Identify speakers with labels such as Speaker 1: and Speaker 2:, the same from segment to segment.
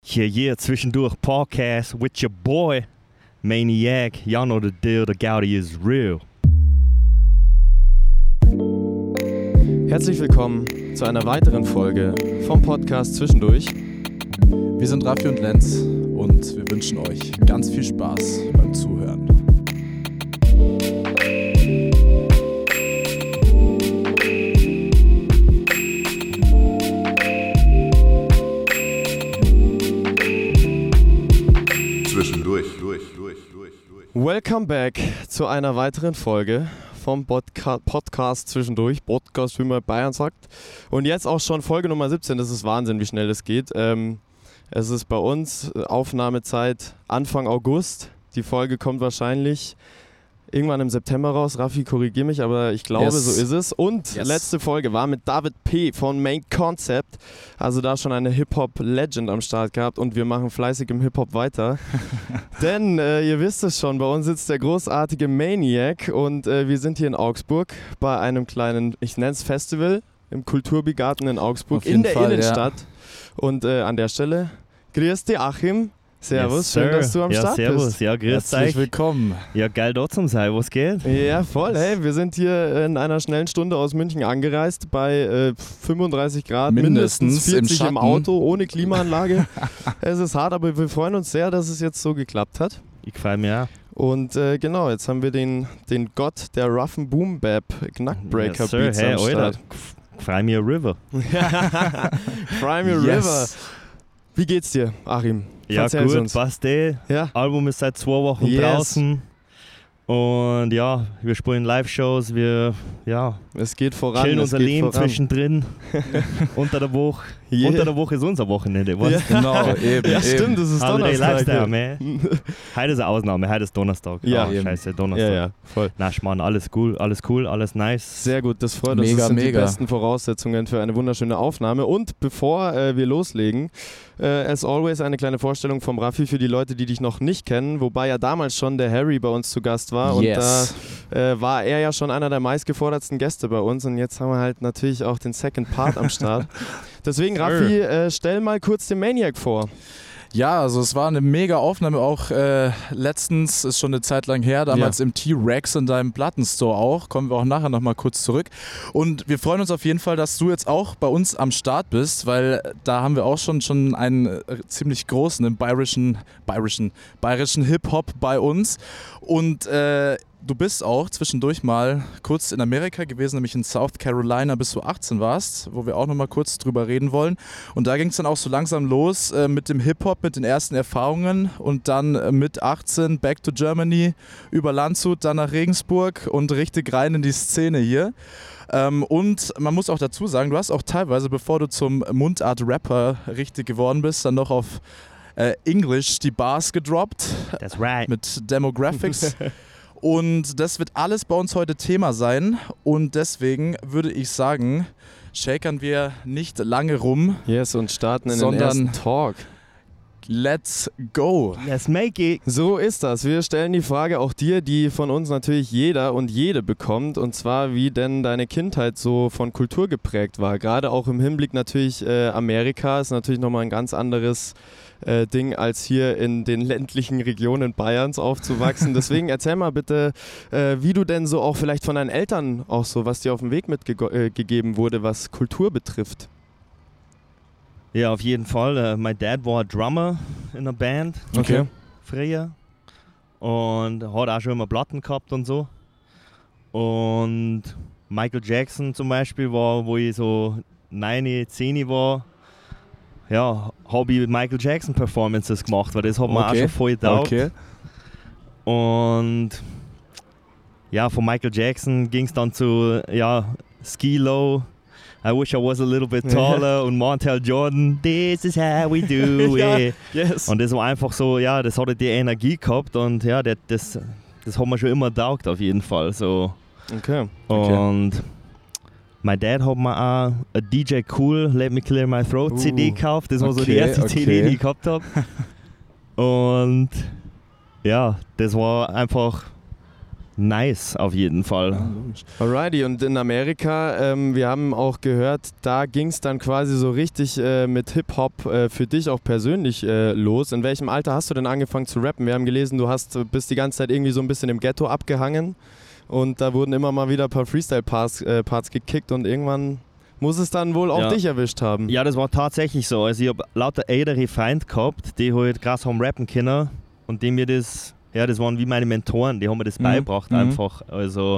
Speaker 1: Yeah, zwischendurch Podcast with your boy, Maniac. Y'all know the deal, the Gaudi is real.
Speaker 2: Herzlich willkommen zu einer weiteren Folge vom Podcast Zwischendurch.
Speaker 3: Wir sind Raffi und Lenz und wir wünschen euch ganz viel Spaß beim Zuhören.
Speaker 2: Welcome back zu einer weiteren Folge vom Podcast Zwischendurch. Podcast, wie man in Bayern sagt. Und jetzt auch schon Folge Nummer 17. Das ist Wahnsinn, wie schnell das geht. Es ist bei uns Aufnahmezeit Anfang August. Die Folge kommt wahrscheinlich irgendwann im September raus. Raffi, korrigier mich, aber ich glaube, so ist es. Und letzte Folge war mit David P. von Main Concept. Also da schon eine Hip-Hop-Legend am Start gehabt und wir machen fleißig im Hip-Hop weiter. Denn ihr wisst es schon, bei uns sitzt der großartige Maniac und wir sind hier in Augsburg bei einem kleinen, ich nenne es Festival, im Kulturbigarten in Augsburg, in der Innenstadt. Ja. Und an der Stelle, grüß dich Achim. Servus, schön, dass du am Start bist.
Speaker 1: Ja, grüß dich.
Speaker 3: Herzlich willkommen.
Speaker 1: Ja, geil dort zum sein, was geht?
Speaker 2: Ja, voll, hey, wir sind hier in einer schnellen Stunde aus München angereist, bei 35 Grad, mindestens 40 im Auto, ohne Klimaanlage. Es ist hart, aber wir freuen uns sehr, dass es jetzt so geklappt hat.
Speaker 1: Ich freue mich auch.
Speaker 2: Und genau, jetzt haben wir den Gott der roughen Boom-Bap Knackbreaker Beats am Start.
Speaker 1: Fry me a river.
Speaker 2: Fry me a river. Wie geht's dir, Achim?
Speaker 1: Ja gut, passt eh.
Speaker 2: Ja.
Speaker 1: Album ist seit 2 Wochen draußen. Und ja, wir spielen Live-Shows,
Speaker 2: es geht voran,
Speaker 1: chillen unser Leben zwischendrin. Unter der Woche. Yeah. Unter der Woche ist unser Wochenende.
Speaker 2: Ja. Genau, eben. Ja, stimmt, das ist Donnerstag.
Speaker 1: Lifestyle, man. Heute ist eine Ausnahme, heute ist Donnerstag.
Speaker 2: Ja,
Speaker 1: scheiße, Donnerstag.
Speaker 2: Ja, voll.
Speaker 1: Na, Schmarrn, alles cool, alles nice.
Speaker 2: Sehr gut, das freut uns. Das sind die besten Voraussetzungen für eine wunderschöne Aufnahme. Und bevor wir loslegen, as always eine kleine Vorstellung vom Raffi für die Leute, die dich noch nicht kennen, wobei ja damals schon der Harry bei uns zu Gast war und da war er ja schon einer der meistgefordertsten Gäste bei uns und jetzt haben wir halt natürlich auch den Second Part am Start. Deswegen Raffi, stell mal kurz den Maniac vor.
Speaker 3: Ja, also es war eine mega Aufnahme auch letztens, ist schon eine Zeit lang her, damals im T-Rex in deinem Plattenstore auch, kommen wir auch nachher nochmal kurz zurück. Und wir freuen uns auf jeden Fall, dass du jetzt auch bei uns am Start bist, weil da haben wir auch schon einen ziemlich großen im bayerischen Hip-Hop bei uns und du bist auch zwischendurch mal kurz in Amerika gewesen, nämlich in South Carolina, bis du 18 warst, wo wir auch nochmal kurz drüber reden wollen. Und da ging es dann auch so langsam los mit dem Hip-Hop, mit den ersten Erfahrungen und dann mit 18 back to Germany, über Landshut, dann nach Regensburg und richtig rein in die Szene hier. Und man muss auch dazu sagen, du hast auch teilweise, bevor du zum Mundart-Rapper richtig geworden bist, dann noch auf English die Bars gedroppt.
Speaker 1: That's right.
Speaker 3: Mit Demographics. Und das wird alles bei uns heute Thema sein und deswegen würde ich sagen, shakern wir nicht lange rum.
Speaker 2: Und starten in den ersten Talk.
Speaker 3: Let's go.
Speaker 1: Let's make it.
Speaker 2: So ist das. Wir stellen die Frage auch dir, die von uns natürlich jeder und jede bekommt, und zwar, wie denn deine Kindheit so von Kultur geprägt war. Gerade auch im Hinblick natürlich Amerika ist natürlich nochmal ein ganz anderes Ding, als hier in den ländlichen Regionen Bayerns aufzuwachsen. Deswegen erzähl mal bitte, wie du denn so auch vielleicht von deinen Eltern auch so, was dir auf dem Weg mitgegeben wurde, was Kultur betrifft.
Speaker 1: Ja, auf jeden Fall. Mein Dad war Drummer in einer Band.
Speaker 2: Okay.
Speaker 1: Früher. Und hat auch schon immer Platten gehabt und so. Und Michael Jackson zum Beispiel war, wo ich so 9, 10 war, ja, habe ich Michael Jackson Performances gemacht, weil das hat mir auch schon voll getaugt. Okay. Und ja, von Michael Jackson ging es dann zu Skee-Lo, I wish I was a little bit taller und Montel Jordan, this is how we do it. Und das war einfach so, ja, das hatte die Energie gehabt und ja, das hat mir schon immer getaugt auf jeden Fall. So.
Speaker 2: Okay.
Speaker 1: Und mein Dad hat mir auch eine DJ Cool Let Me Clear My Throat CD gekauft. Das war so die erste CD, die ich gehabt habe. Und ja, das war einfach nice auf jeden Fall.
Speaker 2: Alrighty, und in Amerika, wir haben auch gehört, da ging es dann quasi so richtig mit Hip-Hop für dich auch persönlich los. In welchem Alter hast du denn angefangen zu rappen? Wir haben gelesen, du bist die ganze Zeit irgendwie so ein bisschen im Ghetto abgehangen und da wurden immer mal wieder ein paar Freestyle-Parts gekickt und irgendwann muss es dann wohl auch dich erwischt haben.
Speaker 1: Ja, das war tatsächlich so. Also ich habe lauter ältere Freunde gehabt, die halt krass haben rappen können und die mir das waren wie meine Mentoren, die haben mir das beigebracht einfach. Also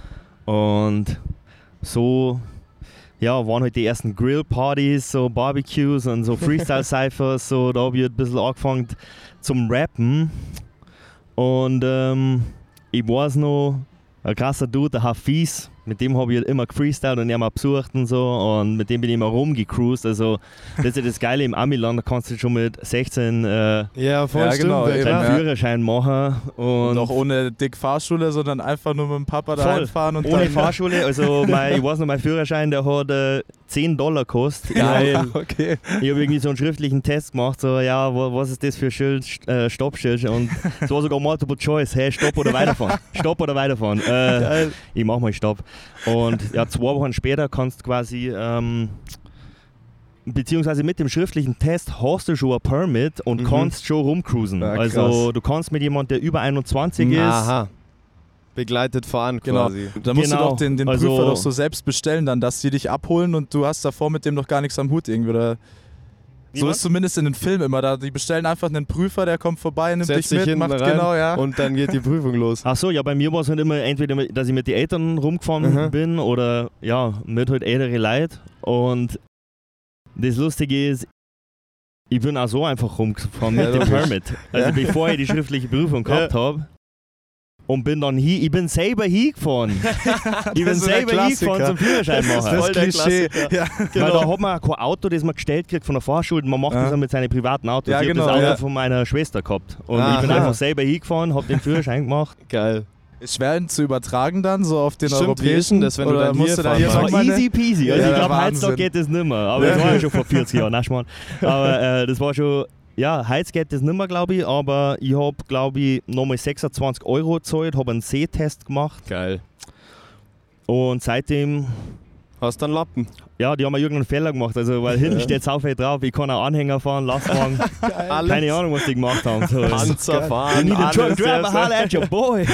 Speaker 1: und so waren halt die ersten Grillpartys, so Barbecues und so Freestyle-Cyphers, so da habe ich ein bisschen angefangen zum Rappen und ich weiß noch, ein krasser Dude, der Hafiz, mit dem habe ich halt immer gefreestylt und ihn auch besucht und so und mit dem bin ich immer rumgecruised. Also das ist ja das Geile im Amiland, da kannst du schon mit 16
Speaker 2: voll
Speaker 3: genau,
Speaker 2: stimmt,
Speaker 1: deinen Führerschein machen. Und
Speaker 3: auch ohne dick Fahrschule, sondern einfach nur mit dem Papa da reinfahren. Und
Speaker 1: ohne
Speaker 3: dann
Speaker 1: Fahrschule, also ich weiß noch, mein Führerschein, der hat $10 gekostet.
Speaker 3: Geil, okay.
Speaker 1: Ich habe irgendwie so einen schriftlichen Test gemacht, so was ist das für Schild, Stoppschild und es war sogar Multiple Choice, hey, Stopp oder weiterfahren. Stopp oder weiterfahren. Ich mach mal Stopp. Und 2 Wochen später kannst du quasi, beziehungsweise mit dem schriftlichen Test hast du schon ein Permit und kannst schon rumcruisen.
Speaker 2: Ja,
Speaker 1: also du kannst mit jemandem, der über 21 ist,
Speaker 2: begleitet fahren
Speaker 3: genau.
Speaker 2: quasi.
Speaker 3: Da musst du doch den
Speaker 1: Also
Speaker 3: Prüfer doch so selbst bestellen, dann, dass die dich abholen und du hast davor mit dem noch gar nichts am Hut irgendwie. Oder so ist zumindest in den Filmen immer. Da, die bestellen einfach einen Prüfer, der kommt vorbei, nimmt dich mit, macht rein,
Speaker 2: und dann geht die Prüfung los.
Speaker 1: Ach so, ja, bei mir war es halt immer entweder, dass ich mit den Eltern rumgefahren bin oder mit halt ältere Leute. Und das Lustige ist, ich bin auch so einfach rumgefahren mit dem Permit. Also bevor ich die schriftliche Prüfung gehabt habe. Und bin dann ich bin selber hingefahren. Ich bin selber hingefahren zum Führerschein machen.
Speaker 3: Das ist Klischee. Ja,
Speaker 1: genau. Weil da hat man kein Auto, das man gestellt kriegt von der Fahrschule. Man macht das dann mit seinen privaten Autos.
Speaker 3: Ja,
Speaker 1: ich habe das Auto von meiner Schwester gehabt. Und ich bin einfach selber hingefahren, habe den Führerschein gemacht.
Speaker 2: Geil.
Speaker 3: Ist schwer zu übertragen dann, so auf den
Speaker 2: Stimmt,
Speaker 3: europäischen?
Speaker 2: Das, wenn du dann
Speaker 3: musst du da hier
Speaker 1: das war easy peasy. Also ich glaube, heutzutage geht das nicht mehr. Aber das war ja schon vor 40 Jahren. Aber das war schon... Ja, heute geht das nicht mehr, glaube ich, aber ich habe, glaube ich, nochmal 26 € gezahlt, habe einen Sehtest gemacht.
Speaker 2: Geil.
Speaker 1: Und seitdem...
Speaker 2: Hast du einen Lappen?
Speaker 1: Ja, die haben mir irgendeinen Fehler gemacht, also weil hinten steht sau viel drauf, ich kann auch Anhänger fahren, Lastwagen, keine Ahnung, was die gemacht haben. So.
Speaker 2: Panzer fahren,
Speaker 1: you need a truck driver, holla at your boy.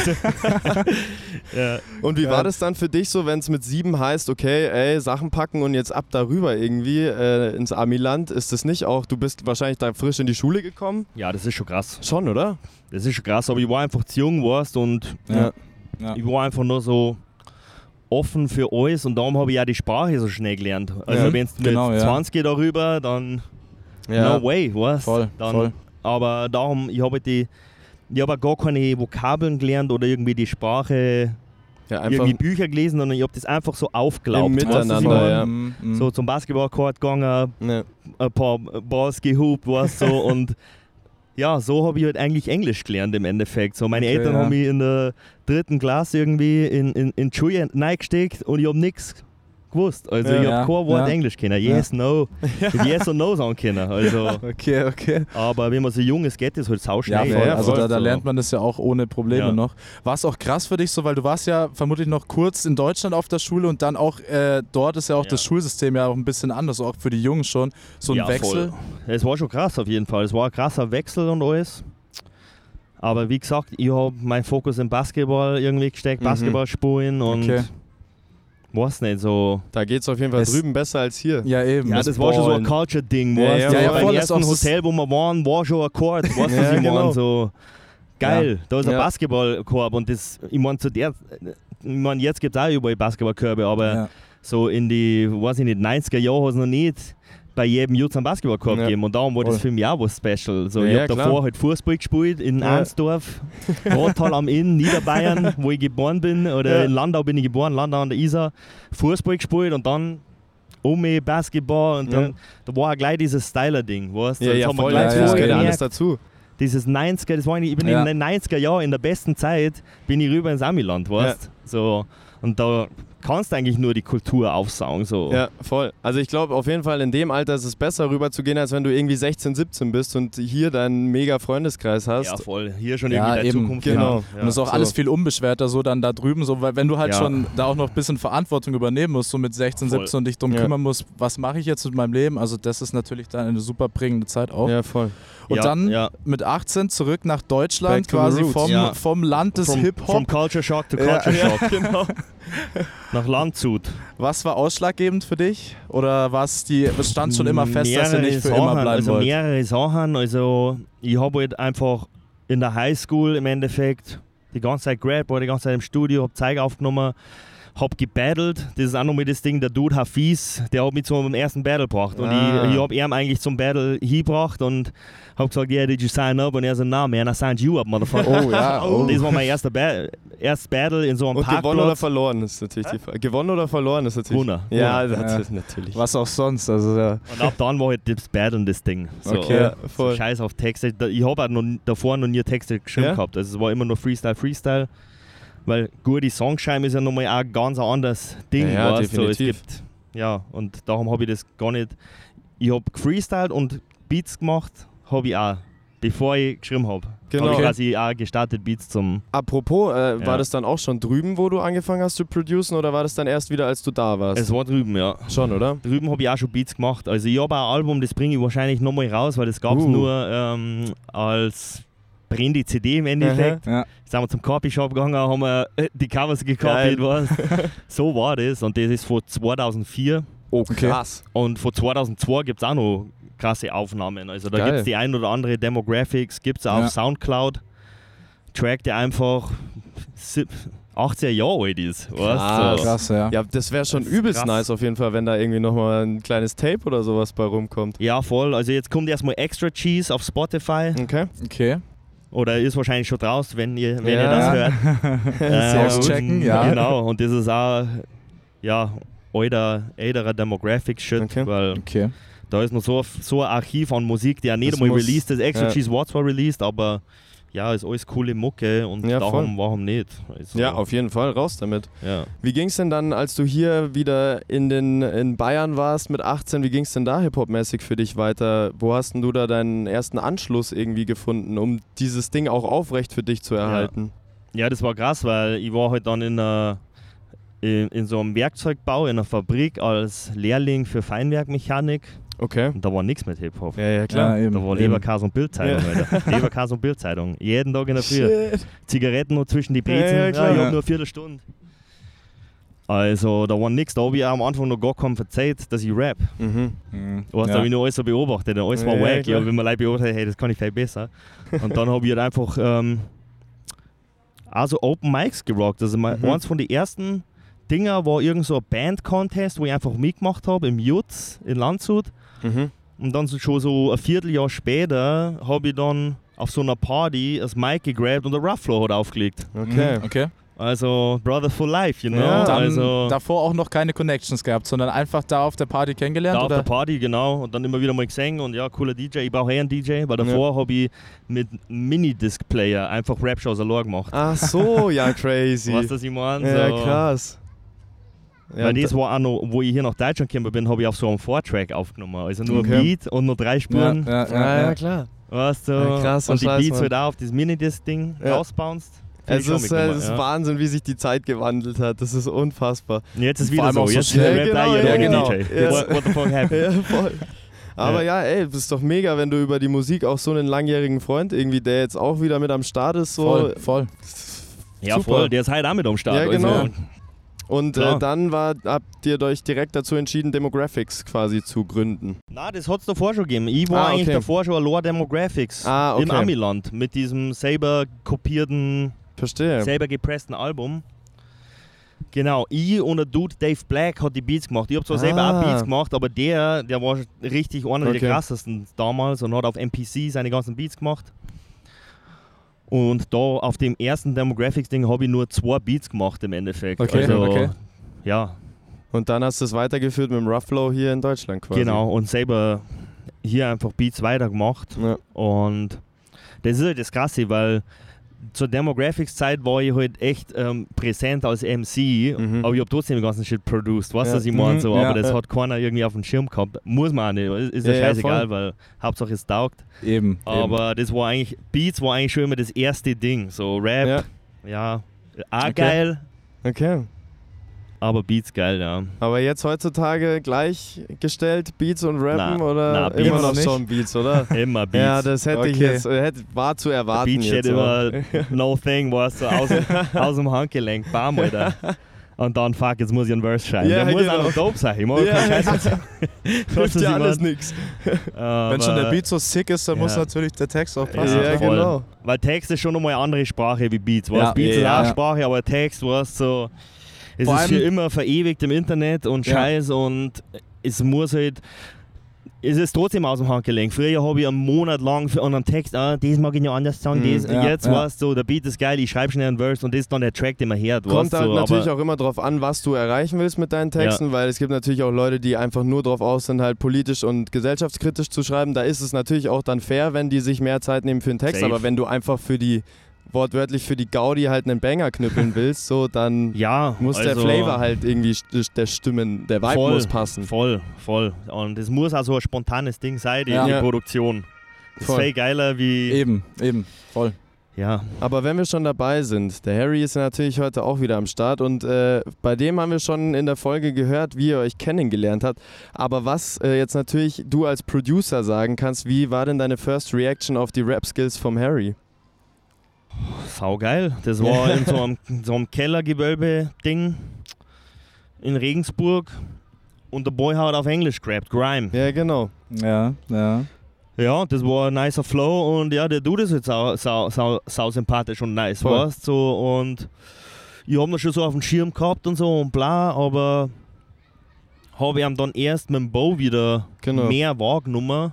Speaker 2: Ja. Und wie war das dann für dich so, wenn es mit 7 heißt, okay, Sachen packen und jetzt ab darüber irgendwie ins Amiland? Ist das nicht auch, du bist wahrscheinlich da frisch in die Schule gekommen?
Speaker 1: Ja, das ist schon krass.
Speaker 2: Schon, oder?
Speaker 1: Das ist schon krass, aber ich war einfach zu jung, weißt, und ich war einfach nur so offen für alles und darum habe ich ja die Sprache so schnell gelernt. Also wenn du mit 20 darüber, dann no way, weißt
Speaker 3: voll.
Speaker 1: Aber darum, ich habe gar keine Vokabeln gelernt oder irgendwie die Sprache, irgendwie Bücher gelesen, sondern ich habe das einfach so aufgelaugt.
Speaker 2: Miteinander,
Speaker 1: so zum Basketballcourt gegangen, ein paar Balls gehupt, weißt so und ja, so habe ich halt eigentlich Englisch gelernt im Endeffekt. So, meine Eltern haben mich in der 3. Klasse irgendwie in die Schule reingesteckt und ich habe nichts gewusst. Also ich habe kein Wort Englisch kennen. Yes, no. Yes und no sagen können. Also,
Speaker 3: okay.
Speaker 1: Aber wenn man so jung ist, geht das halt sauschnell.
Speaker 3: Ja, voll. Also da lernt man das ja auch ohne Probleme noch. War es auch krass für dich so, weil du warst ja vermutlich noch kurz in Deutschland auf der Schule und dann auch dort ist ja auch das Schulsystem ja auch ein bisschen anders, auch für die Jungen schon. So ein Wechsel.
Speaker 1: Voll. Es war schon krass auf jeden Fall. Es war ein krasser Wechsel und alles. Aber wie gesagt, ich habe meinen Fokus im Basketball irgendwie gesteckt, Basketball spielen und weiß nicht, so.
Speaker 2: Da geht es auf jeden Fall drüben besser als hier.
Speaker 3: Ja, eben.
Speaker 1: Ja, das war schon so ein Culture-Ding. Beim ersten Hotel, wo wir waren, war schon ein Court. Weißt du, was ich meine? So, geil, da ist ein Basketballkorb und das, ich meine, jetzt gibt es auch überall Basketballkörbe, aber so in die, weiß ich nicht, 90er Jahren hat es noch nicht bei jedem Jutz einen Basketballkorb gegeben und darum war das für mich auch was Special. So, ich habe davor halt Fußball gespielt in Arnsdorf, Rottal am Inn, Niederbayern, wo ich geboren bin, oder in Landau bin ich geboren, Landau an der Isar, Fußball gespielt und dann Basketball und dann da war auch gleich dieses Styler-Ding, weißt du?
Speaker 2: Ja, voll, das gehört alles dazu.
Speaker 1: Dieses 90er, das war ich bin in den 90er Jahren, in der besten Zeit, bin ich rüber ins Amiland, weißt du? So, Und da kannst du eigentlich nur die Kultur aufsaugen. So.
Speaker 2: Ja, voll. Also ich glaube auf jeden Fall in dem Alter ist es besser rüber zu gehen, als wenn du irgendwie 16, 17 bist und hier deinen mega Freundeskreis hast.
Speaker 1: Ja, voll. Hier schon
Speaker 3: Ja,
Speaker 1: irgendwie
Speaker 3: eben,
Speaker 1: der Zukunft.
Speaker 2: genau.
Speaker 3: Und es ist auch
Speaker 2: so.
Speaker 3: alles viel unbeschwerter so dann da drüben, so, weil wenn du halt
Speaker 1: Ja.
Speaker 3: schon da auch noch ein bisschen Verantwortung übernehmen musst, so mit 16,
Speaker 1: Voll.
Speaker 3: 17 und dich drum
Speaker 2: Ja.
Speaker 3: kümmern musst, was mache ich jetzt mit meinem Leben, also das ist natürlich dann eine super prägende Zeit auch.
Speaker 2: Ja, voll.
Speaker 3: Und
Speaker 1: Ja,
Speaker 3: dann
Speaker 1: ja.
Speaker 3: mit 18 zurück nach Deutschland,
Speaker 2: Back to the
Speaker 3: quasi
Speaker 2: roots.
Speaker 3: vom,
Speaker 1: Ja.
Speaker 3: vom Land des
Speaker 1: From
Speaker 3: Hip-Hop.
Speaker 1: Culture Shock to Culture Shock.
Speaker 2: genau.
Speaker 1: Nach Landshut.
Speaker 3: Was war ausschlaggebend für dich? Oder stand schon immer fest, dass ihr nicht für immer bleiben
Speaker 1: also
Speaker 3: wollt?
Speaker 1: mehrere Sachen. Also ich habe halt einfach in der Highschool im Endeffekt die ganze Zeit gerappt, war die ganze Zeit im Studio, habe Zeug aufgenommen, habe gebattelt. Das ist auch nochmal das Ding, der Dude Hafiz, der hat mich zum ersten Battle gebracht. Und ich habe ihm eigentlich zum Battle hingebracht und habe gesagt, yeah, did you sign up? Und er so, nah, man, I signed you up, motherfucker.
Speaker 3: Oh ja, oh.
Speaker 1: Und das war mein erstes Battle in so einem
Speaker 2: Und
Speaker 1: Parkplatz.
Speaker 2: gewonnen oder verloren ist natürlich die Frage. Gewonnen oder verloren ist natürlich.
Speaker 1: Gewonnen.
Speaker 2: Ja,
Speaker 3: Ja.
Speaker 2: das ist natürlich.
Speaker 3: Was auch sonst. Also, ja.
Speaker 1: Und ab dann war halt das Battlen das Ding. So,
Speaker 3: Okay.
Speaker 2: Ja,
Speaker 1: so
Speaker 2: voll.
Speaker 1: Scheiß auf Texte. Ich habe auch davor noch nie Texte geschrieben
Speaker 2: Ja?
Speaker 1: gehabt. Also es war immer nur Freestyle. Weil gute Songschreiben ist ja nochmal auch ein ganz anderes Ding.
Speaker 2: Ja,
Speaker 1: weißt du.
Speaker 2: definitiv.
Speaker 1: Und darum habe ich das gar nicht. Ich habe gefreestylt und Beats gemacht, habe ich auch, bevor ich geschrieben habe.
Speaker 2: Genau.
Speaker 1: Habe ich
Speaker 2: Okay.
Speaker 1: quasi auch gestartet, Beats zum.
Speaker 2: Apropos,
Speaker 1: Ja.
Speaker 2: war das dann auch schon drüben, wo du angefangen hast zu producen, oder war das dann erst wieder, als du da warst?
Speaker 1: Es war drüben, ja.
Speaker 2: Schon, oder?
Speaker 1: Drüben habe ich auch schon Beats gemacht. Also ich habe ein Album, das bringe ich wahrscheinlich nochmal raus, weil das gab es nur als brennende CD im Endeffekt.
Speaker 3: Ja.
Speaker 1: Sind wir zum Copyshop gegangen, haben wir die Covers gekopiert. Weißt? So war das. Und das ist von 2004.
Speaker 2: Oh,
Speaker 3: Okay.
Speaker 2: krass.
Speaker 1: Und von 2002 gibt es auch noch krasse Aufnahmen. Also da
Speaker 2: Geil.
Speaker 1: gibt es die ein oder andere Demographics, gibt es auch
Speaker 3: Ja.
Speaker 1: auf Soundcloud. Track, der einfach 18 Jahre alt ist. Weißt?
Speaker 2: Krass.
Speaker 1: So.
Speaker 3: Krass, ja.
Speaker 2: Ja, das wäre schon
Speaker 1: Das ist
Speaker 2: übelst
Speaker 1: krass.
Speaker 2: nice auf jeden Fall, wenn da irgendwie nochmal ein kleines Tape oder sowas bei rumkommt.
Speaker 1: Ja, voll. Also jetzt kommt erstmal Extra Cheese auf Spotify.
Speaker 2: Okay.
Speaker 3: Okay.
Speaker 1: Oder ist wahrscheinlich schon draußen, wenn ihr das
Speaker 2: Ja.
Speaker 1: hört.
Speaker 3: Auschecken, ja.
Speaker 1: Genau, und das ist auch ja, älterer Demographic-Shit,
Speaker 2: Okay.
Speaker 1: weil
Speaker 3: Okay.
Speaker 1: da ist noch so ein Archiv an Musik, die ja nicht
Speaker 2: Das
Speaker 1: einmal
Speaker 2: muss-
Speaker 1: released ist. Extra
Speaker 2: ja.
Speaker 1: Cheese war zwar released, aber ja, ist alles coole Mucke und
Speaker 2: Ja,
Speaker 1: warum nicht? Also,
Speaker 2: Ja, auf jeden Fall, raus damit.
Speaker 1: ja.
Speaker 2: Wie ging's denn dann, als du hier wieder in Bayern warst mit 18, wie ging's denn da Hip-Hop-mäßig für dich weiter? Wo hast denn du da deinen ersten Anschluss irgendwie gefunden, um dieses Ding auch aufrecht für dich zu erhalten?
Speaker 1: Ja, das war krass, weil ich war halt dann in so einem Werkzeugbau in einer Fabrik als Lehrling für Feinwerkmechanik
Speaker 2: Okay.
Speaker 1: und da war nichts mit Hip-Hop.
Speaker 2: Ja, klar.
Speaker 3: Ja, eben.
Speaker 1: Da war Leberkäse und Bildzeitung, Alter. Leberkäse und Bildzeitung. Jeden Tag in der Früh.
Speaker 2: Shit.
Speaker 1: Zigaretten noch zwischen die Brezen.
Speaker 2: Ja,
Speaker 1: Ja,
Speaker 2: klar.
Speaker 1: ich
Speaker 3: Ja.
Speaker 1: hab nur eine Viertelstunde. Also, da war nichts. Da habe ich auch am Anfang noch gar keinem verzeiht, dass ich rap.
Speaker 2: Mhm.
Speaker 3: Mhm.
Speaker 1: Du hast,
Speaker 3: Ja.
Speaker 1: habe ich noch alles so beobachtet. Und alles war
Speaker 2: Ja,
Speaker 1: wack.
Speaker 2: klar.
Speaker 1: Ich habe immer Leute beobachtet, hey, das kann ich viel besser. Und dann habe ich halt einfach also Open Mics gerockt. Also eins von den ersten Dinger war irgend so ein Band-Contest, wo ich einfach mitgemacht habe im Jutz in Landshut.
Speaker 2: Mhm.
Speaker 1: Und dann schon so ein Vierteljahr später habe ich dann auf so einer Party das Mic gegrabt und der Ruffalo hat aufgelegt.
Speaker 2: Okay.
Speaker 3: Mhm. Okay.
Speaker 1: Also Brother for Life, you know.
Speaker 2: Ja,
Speaker 3: Dann
Speaker 1: also
Speaker 3: davor auch noch keine Connections gehabt, sondern einfach da auf der Party kennengelernt?
Speaker 1: da auf
Speaker 3: oder?
Speaker 1: der Party, genau. Und dann immer wieder mal gesungen und ja, cooler DJ. Ich brauche einen DJ, weil davor habe ich mit Minidisc-Player einfach Rap-Shows allein gemacht.
Speaker 2: Ach so, ja, crazy.
Speaker 1: Weißt du, was ich meine?
Speaker 2: Ja,
Speaker 1: So.
Speaker 2: krass. Ja,
Speaker 1: Weil das war auch noch, wo ich hier nach Deutschland gekommen bin, habe ich auf so einem 4-Track aufgenommen. Also nur
Speaker 2: Okay.
Speaker 1: ein Beat und nur 3 Spuren.
Speaker 2: ja, klar.
Speaker 1: Weißt du?
Speaker 2: Ja, krasser
Speaker 1: und die
Speaker 2: Scheiß,
Speaker 1: Beats
Speaker 2: Mann.
Speaker 1: wird auch auf das Minidisc-Ding
Speaker 2: Ja.
Speaker 1: rausbounced.
Speaker 2: Es ist Wahnsinn, wie sich die Zeit gewandelt hat. Das ist unfassbar.
Speaker 1: Und jetzt ist
Speaker 3: Vor
Speaker 1: wieder
Speaker 3: allem
Speaker 1: so.
Speaker 3: auch so
Speaker 1: Jetzt
Speaker 3: schnell.
Speaker 1: rappt
Speaker 2: Ja,
Speaker 1: auch
Speaker 2: genau,
Speaker 1: jeder
Speaker 2: ja,
Speaker 1: ohne
Speaker 2: genau.
Speaker 1: DJ.
Speaker 2: Ja.
Speaker 1: What the fuck happened?
Speaker 2: Ja, voll. Aber ja, ey, das ist doch mega, wenn du über die Musik auch so einen langjährigen Freund irgendwie, der jetzt auch wieder mit am Start ist, so.
Speaker 3: Voll.
Speaker 1: Ja,
Speaker 2: Super.
Speaker 1: voll. Der ist halt auch mit am Start.
Speaker 2: Ja, genau.
Speaker 1: Also,
Speaker 2: Und
Speaker 1: Klar.
Speaker 2: dann habt ihr euch direkt dazu entschieden, Demographics quasi zu gründen.
Speaker 1: na, das hat es davor schon gegeben. Ich war eigentlich
Speaker 2: okay.
Speaker 1: davor schon allein Demographics
Speaker 2: Ah,
Speaker 1: im
Speaker 2: okay.
Speaker 1: Amiland mit diesem selber kopierten,
Speaker 2: Verstehe.
Speaker 1: selber gepressten Album. Genau, ich und der Dude Dave Black hat die Beats gemacht. Ich habe zwar selber auch Beats gemacht, aber der war richtig einer
Speaker 2: Okay.
Speaker 1: der krassesten damals und hat auf MPC seine ganzen Beats gemacht. Und da auf dem ersten Demographics-Ding habe ich nur 2 Beats gemacht im Endeffekt.
Speaker 3: Okay,
Speaker 1: also,
Speaker 3: okay.
Speaker 1: Ja,
Speaker 2: Und dann hast du es weitergeführt mit dem Ruffalo hier in Deutschland quasi.
Speaker 1: genau. Und selber hier einfach Beats weitergemacht.
Speaker 2: Ja.
Speaker 1: Und das ist halt das Krasse, weil zur Demographics-Zeit war ich halt echt präsent als MC, aber ich habe trotzdem den ganzen Shit produced, weißt du, was ich meine? So, aber das hat keiner irgendwie auf dem Schirm gehabt. Muss man auch nicht, ist ja scheißegal, weil Hauptsache es taugt.
Speaker 3: Eben.
Speaker 1: Aber das war eigentlich, Beats war eigentlich schon immer das erste Ding. So Rap, auch geil.
Speaker 2: Okay.
Speaker 1: Aber Beats geil, ja.
Speaker 2: Aber jetzt heutzutage gleichgestellt, Beats und Rappen oder
Speaker 1: Beats
Speaker 2: immer noch
Speaker 3: nicht.
Speaker 2: schon Beats, oder?
Speaker 1: Immer Beats.
Speaker 2: Ja, das hätte ich jetzt, war zu erwarten.
Speaker 1: Beats steht
Speaker 2: jetzt
Speaker 1: immer no thing, weißt du, aus dem Handgelenk, bam, Alter. Und dann, fuck, jetzt muss ich einen Verse schreiben.
Speaker 2: Ja,
Speaker 1: der muss
Speaker 2: genau.
Speaker 1: auch noch dope sein. Ich mag keinen Scheiß.
Speaker 2: Hilft ja alles nichts.
Speaker 3: Wenn schon der Beat so sick ist, dann muss natürlich der Text auch passen.
Speaker 2: Ja,
Speaker 1: voll.
Speaker 2: genau.
Speaker 1: Weil Text ist schon nochmal eine andere Sprache wie Beats.
Speaker 3: Ja,
Speaker 1: Beats ist
Speaker 3: ja.
Speaker 1: auch Sprache, aber Text, weißt so, es
Speaker 3: Vor
Speaker 1: ist
Speaker 3: allem-
Speaker 1: für immer verewigt im Internet und Scheiß und es muss halt, es ist trotzdem aus dem Handgelenk. Früher habe ich einen Monat lang für einen Text, das mag ich noch anders sagen, jetzt weißt du, der Beat ist geil, ich schreibe schnell einen Verse und das ist dann der Track, den man hört.
Speaker 2: Kommt halt
Speaker 1: so,
Speaker 2: natürlich auch immer drauf an, was du erreichen willst mit deinen Texten, weil es gibt natürlich auch Leute, die einfach nur drauf aus sind, halt politisch und gesellschaftskritisch zu schreiben. Da ist es natürlich auch dann fair, wenn die sich mehr Zeit nehmen für den Text,
Speaker 1: Safe.
Speaker 2: aber wenn du einfach wortwörtlich für die Gaudi halt einen Banger knüppeln willst, so dann muss der Flavor halt irgendwie der Stimmen, der Vibe muss passen.
Speaker 1: Voll. Und es muss also ein spontanes Ding sein, die Produktion. Das ist
Speaker 2: Voll.
Speaker 1: viel geiler wie...
Speaker 3: Eben, voll.
Speaker 1: Ja.
Speaker 2: Aber wenn wir schon dabei sind, der Harry ist natürlich heute auch wieder am Start und bei dem haben wir schon in der Folge gehört, wie ihr euch kennengelernt habt. Aber was jetzt natürlich du als Producer sagen kannst, wie war denn deine First Reaction auf die Rap-Skills vom Harry?
Speaker 1: Saugeil. Das war in so einem Kellergewölbe-Ding in Regensburg und der Boy hat auf Englisch gerappt, Grime.
Speaker 2: Ja, genau.
Speaker 3: Ja.
Speaker 1: Ja, das war ein nicer Flow und ja, der Dude ist jetzt sau sympathisch und nice,
Speaker 2: Voll.
Speaker 1: weißt du? So, und ich hab ihn schon so auf dem Schirm gehabt und so und bla, aber habe ich ihm dann erst mit dem Bo wieder mehr wahrgenommen.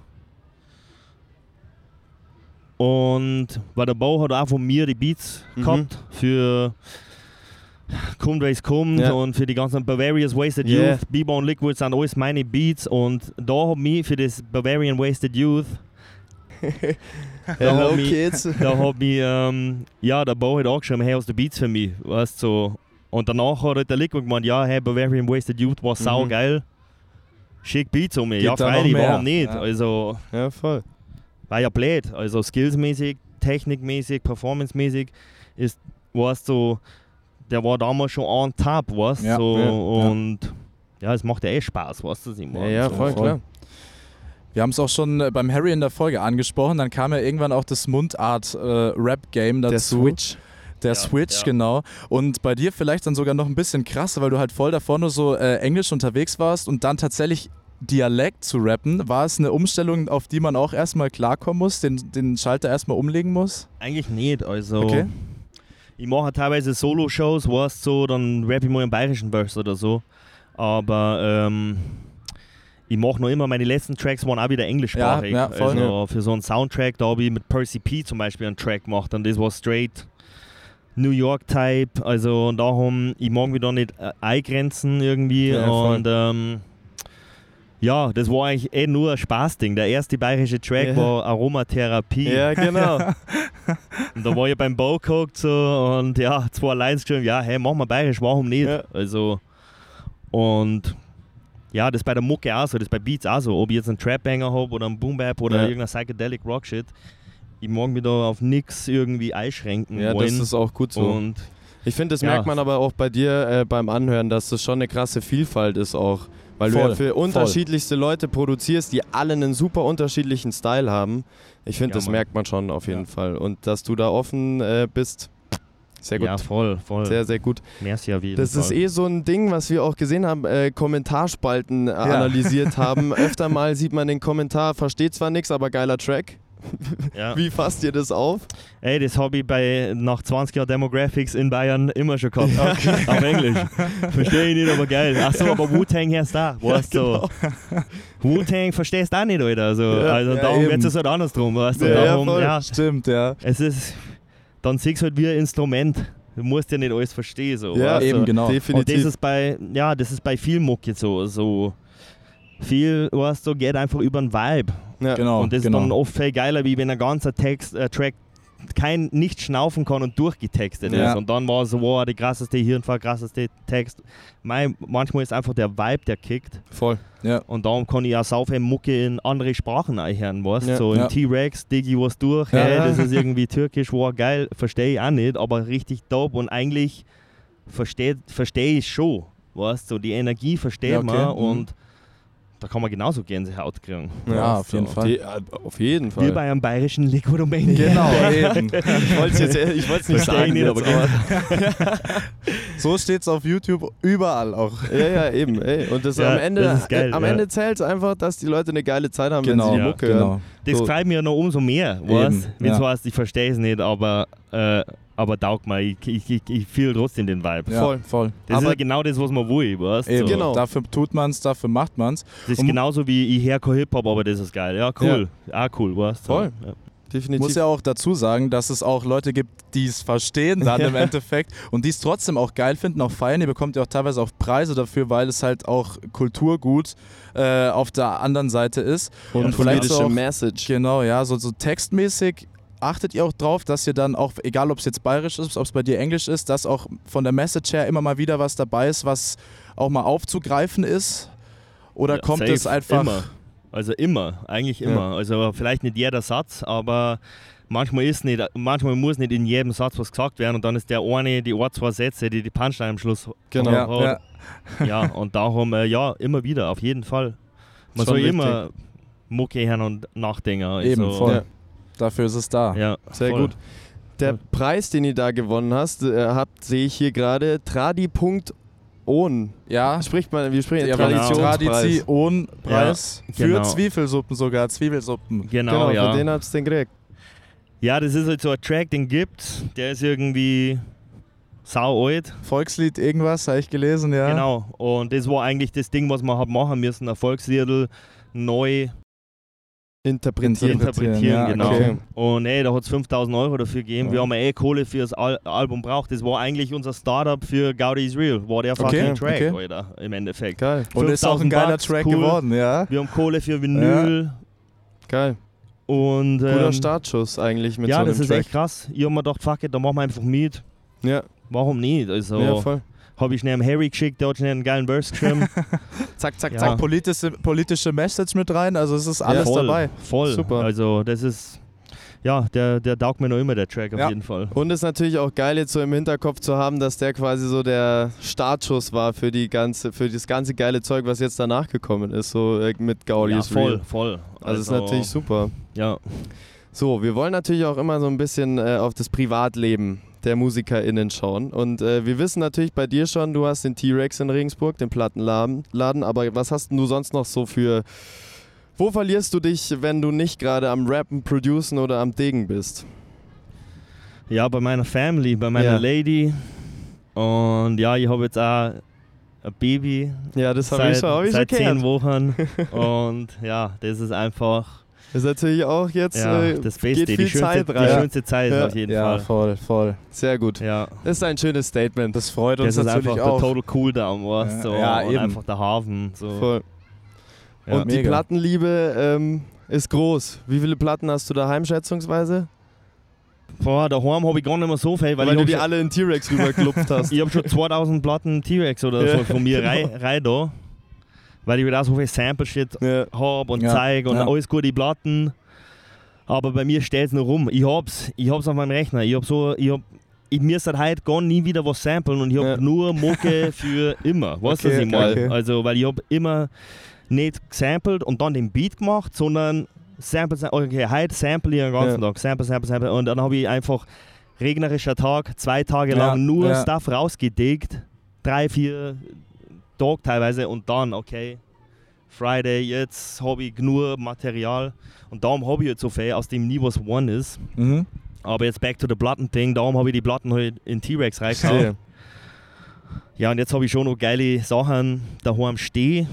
Speaker 1: Und weil der Bo hat auch von mir die Beats gehabt für Kommt, Race kommt und für die ganzen Bavarian Wasted Youth, Bieber und Liquid sind alles meine Beats und da hab mich für das Bavarian Wasted Youth
Speaker 2: Hello Kids.
Speaker 1: Da hab ich, der Bo hat angeschrieben, hey, hast du Beats für mich, weißt du, so. Und danach hat halt der Liquid gemeint, ja, hey, Bavarian Wasted Youth war saugeil, schick Beats um mich, ja freilich, warum nicht, also...
Speaker 2: Ja, voll.
Speaker 1: War ja blöd, also skillsmäßig, technikmäßig, performancemäßig ist, weißt du, der war damals schon on top, weißt du, und ja, es macht ja echt Spaß, weißt du, was ich meine.
Speaker 2: Ja, voll klar.
Speaker 3: Wir haben es auch schon beim Harry in der Folge angesprochen, dann kam ja irgendwann auch das Mundart-Rap-Game dazu.
Speaker 2: Der Switch.
Speaker 3: Der Switch, genau. Und bei dir vielleicht dann sogar noch ein bisschen krasser, weil du halt voll davor nur so englisch unterwegs warst und dann tatsächlich Dialekt zu rappen. War es eine Umstellung, auf die man auch erstmal klarkommen muss, den Schalter erstmal umlegen muss?
Speaker 1: Eigentlich nicht, also ich mache teilweise Solo-Shows, weißt du, so, dann rappe ich mal einen bayerischen Verse oder so, aber ich mache noch immer, meine letzten Tracks waren auch wieder englischsprachig.
Speaker 3: Ja, voll.
Speaker 1: Also für so einen Soundtrack, da habe ich mit Percy P zum Beispiel einen Track gemacht und das war straight New York Type, also und darum, ich mag mich da nicht eingrenzen irgendwie und ja, das war eigentlich nur ein Spaßding. Der erste bayerische Track war Aromatherapie.
Speaker 2: Ja, genau.
Speaker 1: Und da war ich beim Bau geguckt so, und ja, 2 Lines geschrieben, ja, hey, mach mal bayerisch, warum nicht?
Speaker 2: Ja.
Speaker 1: Also, und ja, das ist bei der Mucke auch so, das ist bei Beats auch so. Ob ich jetzt einen Trap-Banger habe oder einen Boom-Bap oder irgendein Psychedelic Rock-Shit, ich mag mich da auf nichts irgendwie einschränken wollen.
Speaker 2: Ja, das ist auch gut so.
Speaker 1: Und
Speaker 2: ich finde, das merkt man aber auch bei dir beim Anhören, dass das schon eine krasse Vielfalt ist auch. Weil du ja für unterschiedlichste Leute produzierst, die alle einen super unterschiedlichen Style haben. Ich finde, das merkt man schon auf jeden Fall. Und dass du da offen bist, sehr gut.
Speaker 1: Ja, voll.
Speaker 2: Sehr, sehr gut.
Speaker 1: Merci auf jeden
Speaker 2: Das
Speaker 1: Fall.
Speaker 2: ist eh so ein Ding, was wir auch gesehen haben, Kommentarspalten analysiert haben. Öfter mal sieht man den Kommentar, versteht zwar nichts, aber geiler Track.
Speaker 1: Ja.
Speaker 2: Wie fasst ihr das auf?
Speaker 1: Ey, das habe ich nach 20 Jahren Demographics in Bayern immer schon gehabt. Auf Englisch. Verstehe ich nicht, aber geil. Achso, aber Wu-Tang hörst du auch. Weißt du?
Speaker 2: Genau.
Speaker 1: Wu-Tang verstehst du auch nicht, Alter. Also darum wird es halt andersrum. Weißt du? Darum,
Speaker 3: Stimmt, ja.
Speaker 1: Es ist, dann siehst du halt wie ein Instrument. Du musst ja nicht alles verstehen. So,
Speaker 2: ja,
Speaker 1: weißt du?
Speaker 3: eben, genau.
Speaker 2: Definitiv.
Speaker 1: Und das ist bei viel Mucke so. Viel, weißt du, geht einfach über den Vibe.
Speaker 2: Ja.
Speaker 3: Genau.
Speaker 1: Und das ist dann oft viel geiler, wie wenn ein ganzer Track nicht schnaufen kann und durchgetextet
Speaker 3: Ja.
Speaker 1: ist. Und dann war es so, wow, der krasseste Hirnfall, krasseste Text. Manchmal ist einfach der Vibe, der kickt.
Speaker 2: Voll.
Speaker 3: Ja.
Speaker 1: Und darum kann ich auch sau viel Mucke in andere Sprachen einhören, weißt
Speaker 2: Ja.
Speaker 1: so in
Speaker 3: Ja.
Speaker 1: T-Rex, Diggi was durch,
Speaker 3: Ja.
Speaker 1: hey, das ist irgendwie türkisch, wow, geil, verstehe ich auch nicht, aber richtig dope und eigentlich verstehe ich schon, weißt so die Energie versteht
Speaker 3: Ja, okay.
Speaker 1: man
Speaker 3: Mhm.
Speaker 1: und da kann man genauso Gänsehaut kriegen.
Speaker 3: Ja, auf jeden Fall.
Speaker 2: Auf jeden Fall.
Speaker 1: Wie bei einem bayerischen Liquidomania.
Speaker 3: Genau, eben.
Speaker 2: Ich wollte es nicht sagen,
Speaker 1: nicht,
Speaker 2: jetzt,
Speaker 1: aber
Speaker 3: So steht es auf YouTube überall auch.
Speaker 2: ja, eben. Ey. Und das
Speaker 1: Ja,
Speaker 2: am Ende,
Speaker 1: das ist geil,
Speaker 2: am
Speaker 1: ja.
Speaker 2: Ende zählt es einfach, dass die Leute eine geile Zeit haben, wenn
Speaker 3: Genau,
Speaker 2: sie die
Speaker 1: ja,
Speaker 2: Mucke hören.
Speaker 3: genau.
Speaker 1: Das
Speaker 2: So.
Speaker 1: freut mich ja noch umso mehr,
Speaker 3: Eben,
Speaker 1: weißt wenn
Speaker 3: ja.
Speaker 1: du heißt, ich verstehe es nicht, aber taugt mir, ich fühle trotzdem den Vibe.
Speaker 3: Ja,
Speaker 2: Voll.
Speaker 3: voll.
Speaker 1: Das ist
Speaker 2: Aber-
Speaker 1: ja genau das, was man will, weißt
Speaker 3: Eben.
Speaker 1: so.
Speaker 2: Genau.
Speaker 3: Dafür tut man es, dafür macht man es.
Speaker 1: Das ist
Speaker 3: Und-
Speaker 1: genauso wie ich höre kein Hip-Hop, aber das ist geil. Ja, cool. Auch cool, weißt du.
Speaker 2: Voll.
Speaker 1: Ja.
Speaker 2: Definitiv.
Speaker 3: Muss ja auch dazu sagen, dass es auch Leute gibt, die es verstehen dann im Endeffekt und die es trotzdem auch geil finden, auch feiern. Ihr bekommt ja auch teilweise auch Preise dafür, weil es halt auch Kulturgut auf der anderen Seite ist.
Speaker 2: und
Speaker 3: vielleicht
Speaker 2: politische
Speaker 3: auch,
Speaker 2: Message.
Speaker 3: genau, ja, so textmäßig achtet ihr auch drauf, dass ihr dann auch, egal ob es jetzt bayerisch ist, ob es bei dir Englisch ist, dass auch von der Message her immer mal wieder was dabei ist, was auch mal aufzugreifen ist? Oder
Speaker 1: Ja,
Speaker 3: kommt
Speaker 1: safe,
Speaker 3: es einfach...
Speaker 1: Immer. Also immer, eigentlich immer. Also vielleicht nicht jeder Satz, aber manchmal muss nicht in jedem Satz was gesagt werden und dann ist die ein, zwei Sätze, die Punchline am Schluss
Speaker 2: Genau.
Speaker 3: Ja, ja.
Speaker 1: Ja, und darum, ja, immer wieder, auf jeden Fall. Man
Speaker 2: Schon
Speaker 1: soll
Speaker 2: wichtig.
Speaker 1: immer Mucke hören und nachdenken. Also,
Speaker 3: Eben, voll.
Speaker 2: Ja.
Speaker 3: Dafür ist es da.
Speaker 1: Ja,
Speaker 2: Sehr
Speaker 1: voll.
Speaker 2: gut. Der
Speaker 1: Voll.
Speaker 2: Preis, den ihr da gewonnen hast, sehe ich hier gerade, Tradi.on.
Speaker 3: Ja,
Speaker 2: Wir sprechen
Speaker 3: ja,
Speaker 2: Traditionspreis.
Speaker 3: Traditionpreis
Speaker 1: Ja,
Speaker 3: für
Speaker 1: genau.
Speaker 3: Zwiebelsuppen sogar, Zwiebelsuppen.
Speaker 1: Genau,
Speaker 2: Genau,
Speaker 1: ja.
Speaker 2: für den habt ihr den gekriegt.
Speaker 1: Ja, das ist halt so ein Track, den gibt's. Der ist irgendwie sau alt.
Speaker 3: Volkslied irgendwas, habe ich gelesen, ja.
Speaker 1: Genau. Und das war eigentlich das Ding, was man hat machen müssen. Ein Volksliedl neu
Speaker 2: Interpretieren.
Speaker 1: interpretieren.
Speaker 3: ja,
Speaker 1: Genau.
Speaker 2: okay.
Speaker 1: Und da hat es 5.000 € dafür gegeben.
Speaker 3: Ja.
Speaker 1: Wir haben Kohle für das Album braucht. Das war eigentlich unser Startup für Gaudi is Real. War der fucking Track,
Speaker 3: okay.
Speaker 1: Alter, im Endeffekt.
Speaker 2: Geil,
Speaker 3: Und ist auch ein
Speaker 1: 5000
Speaker 3: geiler
Speaker 1: Bucks,
Speaker 3: Track
Speaker 1: cool.
Speaker 3: geworden, ja.
Speaker 1: Wir haben Kohle für Vinyl.
Speaker 2: geil.
Speaker 1: Und
Speaker 2: Guter Startschuss eigentlich mit
Speaker 1: ja,
Speaker 2: so einem
Speaker 1: das ist
Speaker 2: Track.
Speaker 1: echt krass. Ich habe mir gedacht, fuck it, da machen wir einfach mit.
Speaker 2: Ja,
Speaker 1: Warum nicht? Also
Speaker 2: ja, voll.
Speaker 1: habe ich schnell am Harry geschickt, der hat schnell einen geilen Verse geschrieben.
Speaker 2: Zack, zack,
Speaker 1: Ja.
Speaker 2: zack.
Speaker 3: Politische Message mit rein, also es ist alles
Speaker 1: voll,
Speaker 3: dabei.
Speaker 1: Voll.
Speaker 2: Super.
Speaker 1: Also das ist, ja, der taugt mir noch immer, der Track auf
Speaker 3: Ja.
Speaker 1: jeden Fall.
Speaker 2: Und es ist natürlich auch geil, jetzt so im Hinterkopf zu haben, dass der quasi so der Startschuss war für das ganze geile Zeug, was jetzt danach gekommen ist, so mit Gaudi
Speaker 1: Ja,
Speaker 2: is Real.
Speaker 1: voll.
Speaker 2: Also ist natürlich super.
Speaker 1: Ja,
Speaker 2: So, wir wollen natürlich auch immer so ein bisschen auf das Privatleben der MusikerInnen schauen. Und wir wissen natürlich bei dir schon, du hast den T-Rex in Regensburg, den Plattenladen. Aber was hast denn du sonst noch so für... Wo verlierst du dich, wenn du nicht gerade am Rappen, Producen oder am Degen bist?
Speaker 1: ja, bei meiner Family, bei meiner
Speaker 2: Ja.
Speaker 1: Lady. Und ja, ich habe jetzt auch ein Baby
Speaker 2: Ja, das habe ich schon
Speaker 1: seit 10
Speaker 2: gehört.
Speaker 1: Wochen. Und ja, das ist einfach
Speaker 2: Das ist natürlich auch jetzt
Speaker 1: das Beste,
Speaker 2: geht viel Zeit
Speaker 1: die
Speaker 2: rein.
Speaker 1: schönste Zeit
Speaker 2: Ja.
Speaker 1: auf jeden
Speaker 3: Ja,
Speaker 1: Fall.
Speaker 3: voll.
Speaker 2: Sehr gut.
Speaker 1: Ja.
Speaker 2: Das ist ein schönes Statement.
Speaker 3: Das freut
Speaker 1: Das
Speaker 3: uns
Speaker 1: ist
Speaker 3: natürlich
Speaker 1: einfach
Speaker 3: auch.
Speaker 1: der Total Cooldown, weißt du?
Speaker 3: Ja,
Speaker 1: und
Speaker 3: eben.
Speaker 1: einfach der Hafen. So.
Speaker 2: Voll.
Speaker 1: Ja.
Speaker 2: Und die
Speaker 3: Mega.
Speaker 2: Plattenliebe ist groß. Wie viele Platten hast du daheim schätzungsweise?
Speaker 1: Boah, daheim habe ich gar nicht mehr so viel, weil
Speaker 2: du
Speaker 1: ich
Speaker 2: die
Speaker 1: habe
Speaker 2: alle in T-Rex rübergelupft hast.
Speaker 1: schon, ich hab schon 2000 Platten T-Rex oder
Speaker 2: Ja,
Speaker 1: so von mir
Speaker 2: genau.
Speaker 1: rein da. Weil ich wieder so viel Sample-Shit
Speaker 2: Ja.
Speaker 1: habe und
Speaker 3: Ja,
Speaker 1: zeige und
Speaker 3: ja.
Speaker 1: alles gute Platten. Aber bei mir steht es noch rum. Ich hab's auf meinem Rechner. Ich mir seit heute gar nie wieder was samplen und ich habe
Speaker 2: Ja.
Speaker 1: nur Mucke für immer. Weißt du,
Speaker 3: Okay,
Speaker 1: was ich meine?
Speaker 3: okay.
Speaker 1: Also, weil ich habe immer nicht gesampelt und dann den Beat gemacht, sondern okay, heute sample ich den ganzen
Speaker 2: Ja.
Speaker 1: Tag. Sample. Und dann habe ich einfach regnerischer Tag, 2 Tage
Speaker 3: Ja,
Speaker 1: lang nur
Speaker 3: ja.
Speaker 1: Stuff rausgedickt. 3, 4 Tage teilweise und dann, okay, Friday, jetzt habe ich genug Material und darum habe ich jetzt so viel, aus dem nie was one ist.
Speaker 3: Mhm.
Speaker 1: Aber jetzt back to the Platten-Thing, darum habe ich die Platten halt in T-Rex reingehauen.
Speaker 2: Verstehe.
Speaker 1: Ja, und jetzt habe ich schon noch geile Sachen daheim stehen.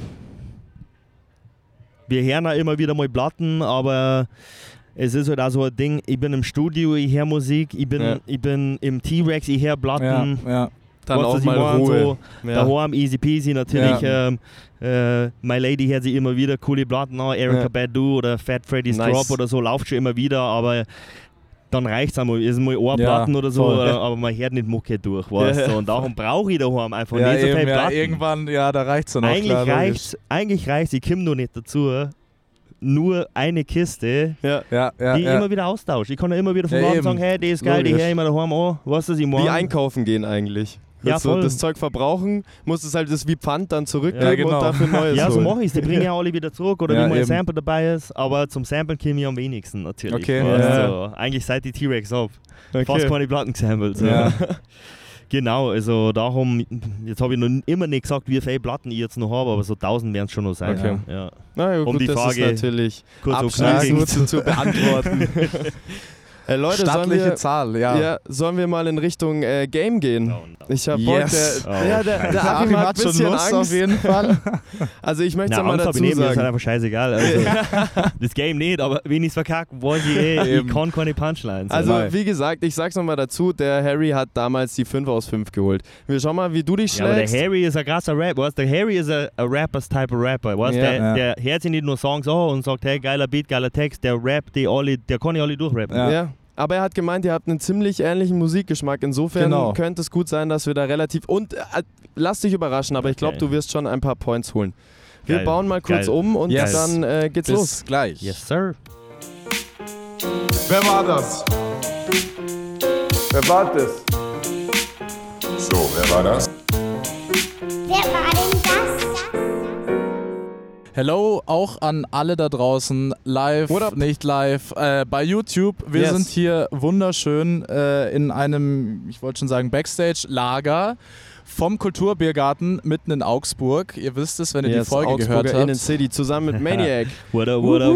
Speaker 1: Wir hören auch immer wieder mal Platten, aber es ist halt auch so ein Ding, ich bin im Studio, ich höre Musik, ich bin im T-Rex, ich höre
Speaker 3: Ja,
Speaker 1: Platten.
Speaker 3: ja.
Speaker 2: Dann
Speaker 1: Weißt du,
Speaker 2: auch
Speaker 1: was ich
Speaker 2: mal
Speaker 1: meine?
Speaker 2: Ruhe.
Speaker 1: So,
Speaker 2: Ja.
Speaker 1: daheim easy peasy natürlich.
Speaker 3: Ja.
Speaker 1: My Lady hört sich immer wieder coole Platten an, Erykah
Speaker 2: Ja.
Speaker 1: Badu oder Fat Freddy's
Speaker 2: Nice.
Speaker 1: Drop oder so, läuft schon immer wieder, aber dann reicht es einmal. Ist mal Ohrplatten oder so, aber man hört nicht Mucke durch, weißt du. Und darum brauche ich daheim einfach nicht so viel Platten.
Speaker 3: Irgendwann, da reicht es dann auch.
Speaker 1: Eigentlich reicht es, ich komme noch nicht dazu, nur eine Kiste, die ich immer wieder austausche. Ich kann ja immer wieder vom Laden sagen, hey, die ist geil, die höre ich immer daheim an. Weißt du, was ich meine?
Speaker 2: Wie einkaufen gehen eigentlich. Ja, voll. Das Zeug verbrauchen, musst es halt das wie Pfand dann zurückgeben und dafür Neues
Speaker 1: Ja, so
Speaker 2: holen.
Speaker 1: mache ich es. Die bringen ja alle wieder zurück oder wie mal ein Sample dabei ist. Aber zum Samplen käme ich am wenigsten natürlich.
Speaker 3: Okay.
Speaker 1: Also, eigentlich seit die T-Rex ab. Fast keine Platten gesampelt. So. Ja. Genau, also darum, jetzt habe ich noch immer nicht gesagt, wie viele Platten ich jetzt noch habe, aber so 1000 werden es schon noch sein.
Speaker 2: Okay.
Speaker 1: Ja.
Speaker 2: Na ja, gut, die Frage ist natürlich abschließend zu beantworten. Leute,
Speaker 3: stattliche Zahl,
Speaker 2: sollen wir mal in Richtung Game gehen?
Speaker 1: Oh, no.
Speaker 2: Ich habe der Achim hat ein bisschen Angst
Speaker 3: auf jeden Fall.
Speaker 2: Also ich möchte mal dazu sagen.
Speaker 1: Das ist halt einfach scheißegal. Also, das Game nicht, aber wenn ich es verkacke, weiß ich kann keine Punchlines.
Speaker 2: Also wie gesagt, ich sag's nochmal dazu, der Harry hat damals die 5 aus 5 geholt. Wir schauen mal, wie du dich schlägst.
Speaker 1: Aber der Harry ist ein krasser Rapper, weißt? Der Harry ist ein Rappers Type of Rapper, weißt? Der hört sich nicht nur Songs an und sagt, hey, geiler Beat, geiler Text, der rappt der kann die alle durchrappen.
Speaker 2: Ja. Aber er hat gemeint, ihr habt einen ziemlich ähnlichen Musikgeschmack. Insofern könnte es gut sein, dass wir da relativ... Und lass dich überraschen, aber ich glaube, du wirst schon ein paar Points holen. Wir bauen mal kurz um und dann geht's los.
Speaker 3: Bis gleich.
Speaker 1: Yes, sir.
Speaker 4: Wer war das? Wer war das? So, wer war das?
Speaker 5: Wer war denn das?
Speaker 3: Hello auch an alle da draußen, live, nicht live, bei YouTube. Wir sind hier wunderschön in einem, ich wollte schon sagen, Backstage-Lager vom Kulturbiergarten mitten in Augsburg. Ihr wisst es, wenn ihr die Folge gehört habt.
Speaker 2: Innen City zusammen mit Maniac.
Speaker 1: What up.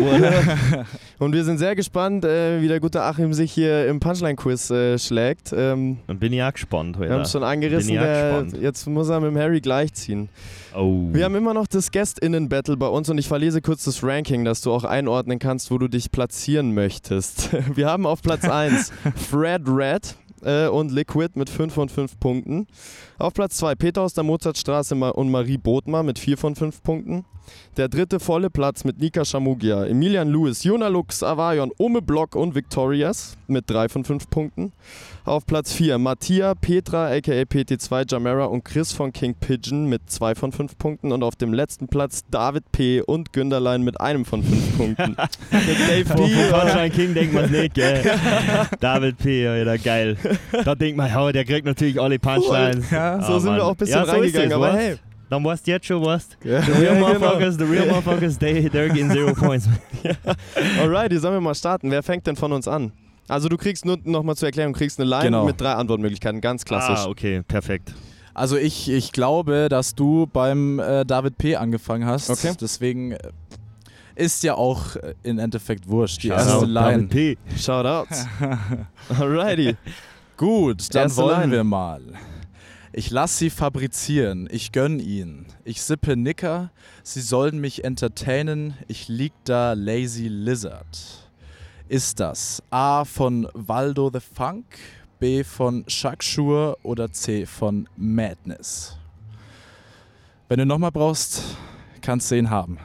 Speaker 2: Und wir sind sehr gespannt, wie der gute Achim sich hier im Punchline-Quiz schlägt.
Speaker 1: Dann bin ich auch gespannt heute.
Speaker 2: Wir haben es schon angerissen, jetzt muss er mit dem Harry gleichziehen.
Speaker 1: Oh.
Speaker 2: Wir haben immer noch das GästInnen-Battle bei uns und ich verlese kurz das Ranking, dass du auch einordnen kannst, wo du dich platzieren möchtest. Wir haben auf Platz 1 Fred Red und Liquid mit 5 von 5 Punkten. Auf Platz 2 Peter aus der Mozartstraße und Marie Bodmer mit 4 von 5 Punkten. Der dritte volle Platz mit Nika Shamugia, Emilian Lewis, Jona Lux, Avarion, Ome Block und Victorious mit 3 von 5 Punkten. Auf Platz 4 Mattia, Petra aka PT2, Jamera und Chris von King Pigeon mit 2 von 5 Punkten. Und auf dem letzten Platz David P. und Günderlein mit 1 von 5 Punkten.
Speaker 1: Dave P. Punchline King denkt man nicht, gell? David P. Alter, geil. Da denkt man, der kriegt natürlich alle Punchlines.
Speaker 2: Ja, so sind wir auch ein bisschen reingegangen, aber hey.
Speaker 1: Dann weißt du jetzt schon, was. The real motherfuckers, they're getting 0 points.
Speaker 2: Alright, sollen wir mal starten. Wer fängt denn von uns an? Also du kriegst nur nochmal zur Erklärung, kriegst eine Line mit 3 Antwortmöglichkeiten, ganz klassisch.
Speaker 1: Ah, okay, perfekt.
Speaker 3: Also ich glaube, dass du beim David P. angefangen hast. Okay. Deswegen ist ja auch im Endeffekt wurscht. Die erste Line.
Speaker 2: David P. Shoutouts. Alrighty.
Speaker 3: Gut, dann wollen wir mal. Ich lass sie fabrizieren, ich gönn ihn. Ich sippe Nicker, sie sollen mich entertainen, ich lieg da Lazy Lizard. Ist das A von Waldo the Funk, B von Shakshure oder C von Madness? Wenn du nochmal brauchst, kannst du ihn haben.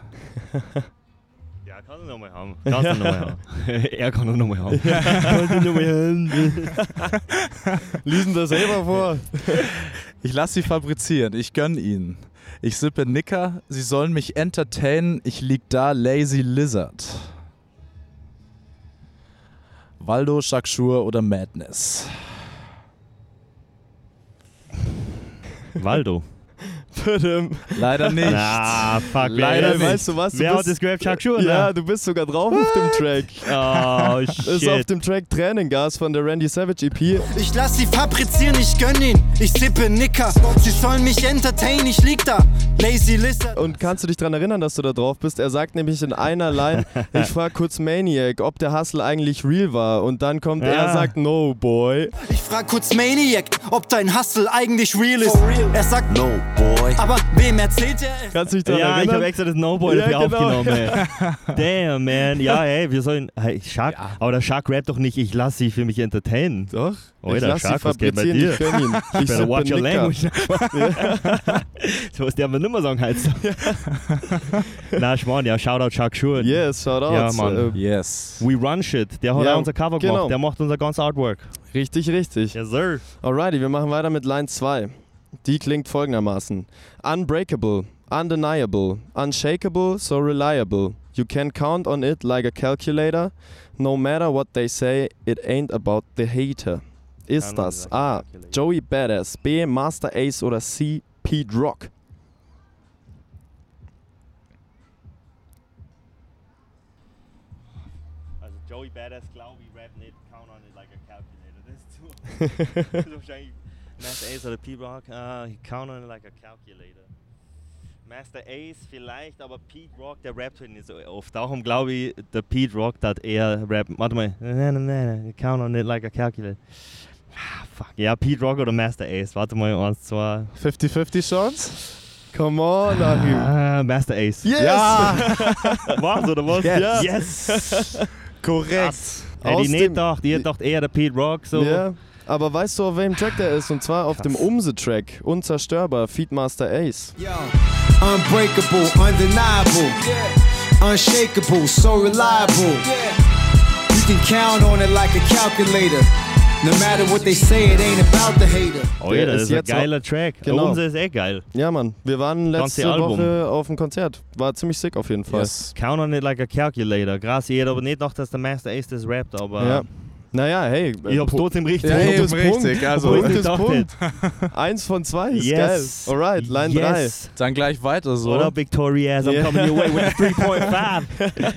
Speaker 1: Ja, kannst du nochmal haben. Er kann ihn nochmal haben. Kannst du nochmal haben.
Speaker 2: Liesen das selber vor.
Speaker 3: Ich lass sie fabrizieren, ich gönn ihn. Ich sippe Nicker, sie sollen mich entertainen, ich lieg da Lazy Lizard. Waldo, Shakshure oder Madness?
Speaker 1: Waldo.
Speaker 3: Leider nicht.
Speaker 1: Ah, fuck.
Speaker 2: Leider nicht. Weißt du was?
Speaker 1: Wer hat das gerappt? Shakshure, ne?
Speaker 2: Ja, du bist sogar drauf auf dem Track.
Speaker 1: Oh, shit.
Speaker 2: Das ist auf dem Track Tränengas von der Randy Savage EP.
Speaker 6: Ich lass sie fabrizieren, ich gönn ihn. Ich sippe Nicker. Sie sollen mich entertainen, ich lieg da. Lazy Lizard.
Speaker 2: Und kannst du dich daran erinnern, dass du da drauf bist? Er sagt nämlich in einer Line, ich frag kurz Maniac, ob der Hustle eigentlich real war. Und dann kommt er, sagt, no, boy.
Speaker 6: Ich frag kurz Maniac, ob dein Hustle eigentlich real ist. Er sagt, no, boy. Aber wem erzählt er es?
Speaker 2: Kannst du dich daran
Speaker 1: Ja, ich
Speaker 2: erinnern?
Speaker 1: habe extra das No-Boy
Speaker 2: Ja,
Speaker 1: dafür
Speaker 2: genau.
Speaker 1: aufgenommen, ey. Damn, man. Ja, ey, wir sollen... Hey, Shark,
Speaker 3: Ja.
Speaker 1: aber der Shark rappt doch nicht, ich lass sie für mich entertainen.
Speaker 2: Doch.
Speaker 1: Alter,
Speaker 2: ich lass sie
Speaker 1: Shark, was geht bei
Speaker 2: fabrizieren,
Speaker 1: dir?
Speaker 2: ich gönn ihn. Ich
Speaker 1: Better watch your
Speaker 2: Nicker.
Speaker 1: language. So was der aber nicht mehr sagen heißt. Na, Schmarrn, ja, Shoutout Shark Schuhen.
Speaker 2: Yes, Shoutouts.
Speaker 1: Ja, Mann.
Speaker 3: Yes.
Speaker 1: We Run Shit, der hat
Speaker 2: Ja,
Speaker 1: auch unser Cover
Speaker 2: genau.
Speaker 1: gemacht, der macht unser ganzes Artwork.
Speaker 2: Richtig.
Speaker 1: Yes, sir.
Speaker 2: Alrighty, wir machen weiter mit Line 2. Die klingt folgendermaßen. Unbreakable, undeniable, unshakable, so reliable. You can count on it like a calculator. No matter what they say, it ain't about the hater. Ist
Speaker 1: Count on
Speaker 2: das
Speaker 1: it like a
Speaker 2: A.
Speaker 1: calculator.
Speaker 2: Joey Badass, B. Master Ace oder C. Pete Rock?
Speaker 1: Also Joey Badass, glaube ich, rap nicht, count on it like a calculator. Das ist zu... Das ist wahrscheinlich Master Ace oder Pete Rock, count on it like a calculator. Master Ace vielleicht, aber Pete Rock, der rappt halt nicht so oft. Darum glaube ich, der Pete Rock, dass er rappt. Warte mal. Count on it like a calculator. Ah, fuck. Ja, Pete Rock oder Master Ace. Warte mal, 1, 2.
Speaker 3: 50-50 Chance?
Speaker 2: Come on, Achim.
Speaker 1: Master Ace.
Speaker 2: Yes!
Speaker 3: Ja!
Speaker 1: Was oder was?
Speaker 3: Yes.
Speaker 1: Yes!
Speaker 3: Korrekt.
Speaker 1: Krass. Hätte
Speaker 2: Aus
Speaker 1: ich nicht
Speaker 2: dem-
Speaker 1: gedacht. Ich dachte eher der Pete Rock. So.
Speaker 2: Ja, aber weißt du, auf welchem Track der ist? Und zwar auf dem Umse-Track. Unzerstörbar, Feed Master Ace.
Speaker 7: Yo, unbreakable, undeniable, unshakable, so reliable. You can count on it like a calculator. No matter what they say, it ain't about the hater.
Speaker 1: Oh
Speaker 2: Der
Speaker 1: ja, das
Speaker 2: ist
Speaker 1: ist ein
Speaker 2: jetzt
Speaker 1: geiler Track.
Speaker 2: Genau.
Speaker 1: Unser ist geil.
Speaker 2: Ja, Mann, wir waren letzte
Speaker 1: Ganze Album.
Speaker 2: Woche auf dem Konzert. War ziemlich sick auf jeden Fall.
Speaker 3: Yes.
Speaker 1: Count on it like a calculator. Krass, ich hätte aber nicht gedacht, dass der Master Ace das rappt, aber
Speaker 2: Ja. Naja, hey.
Speaker 1: ich hab's trotzdem richtig.
Speaker 3: Ja, eben,
Speaker 2: Punkt.
Speaker 3: richtig. Also,
Speaker 1: Obwohl
Speaker 2: Punkt
Speaker 1: ich
Speaker 2: ist
Speaker 1: dachte,
Speaker 2: Punkt. 1 von 2 ist
Speaker 1: yes.
Speaker 2: geil. Alright, Line 3.
Speaker 1: yes.
Speaker 3: dann gleich weiter so.
Speaker 1: What up, Victorias? I'm
Speaker 2: Yeah.
Speaker 1: coming your way with a 3.5.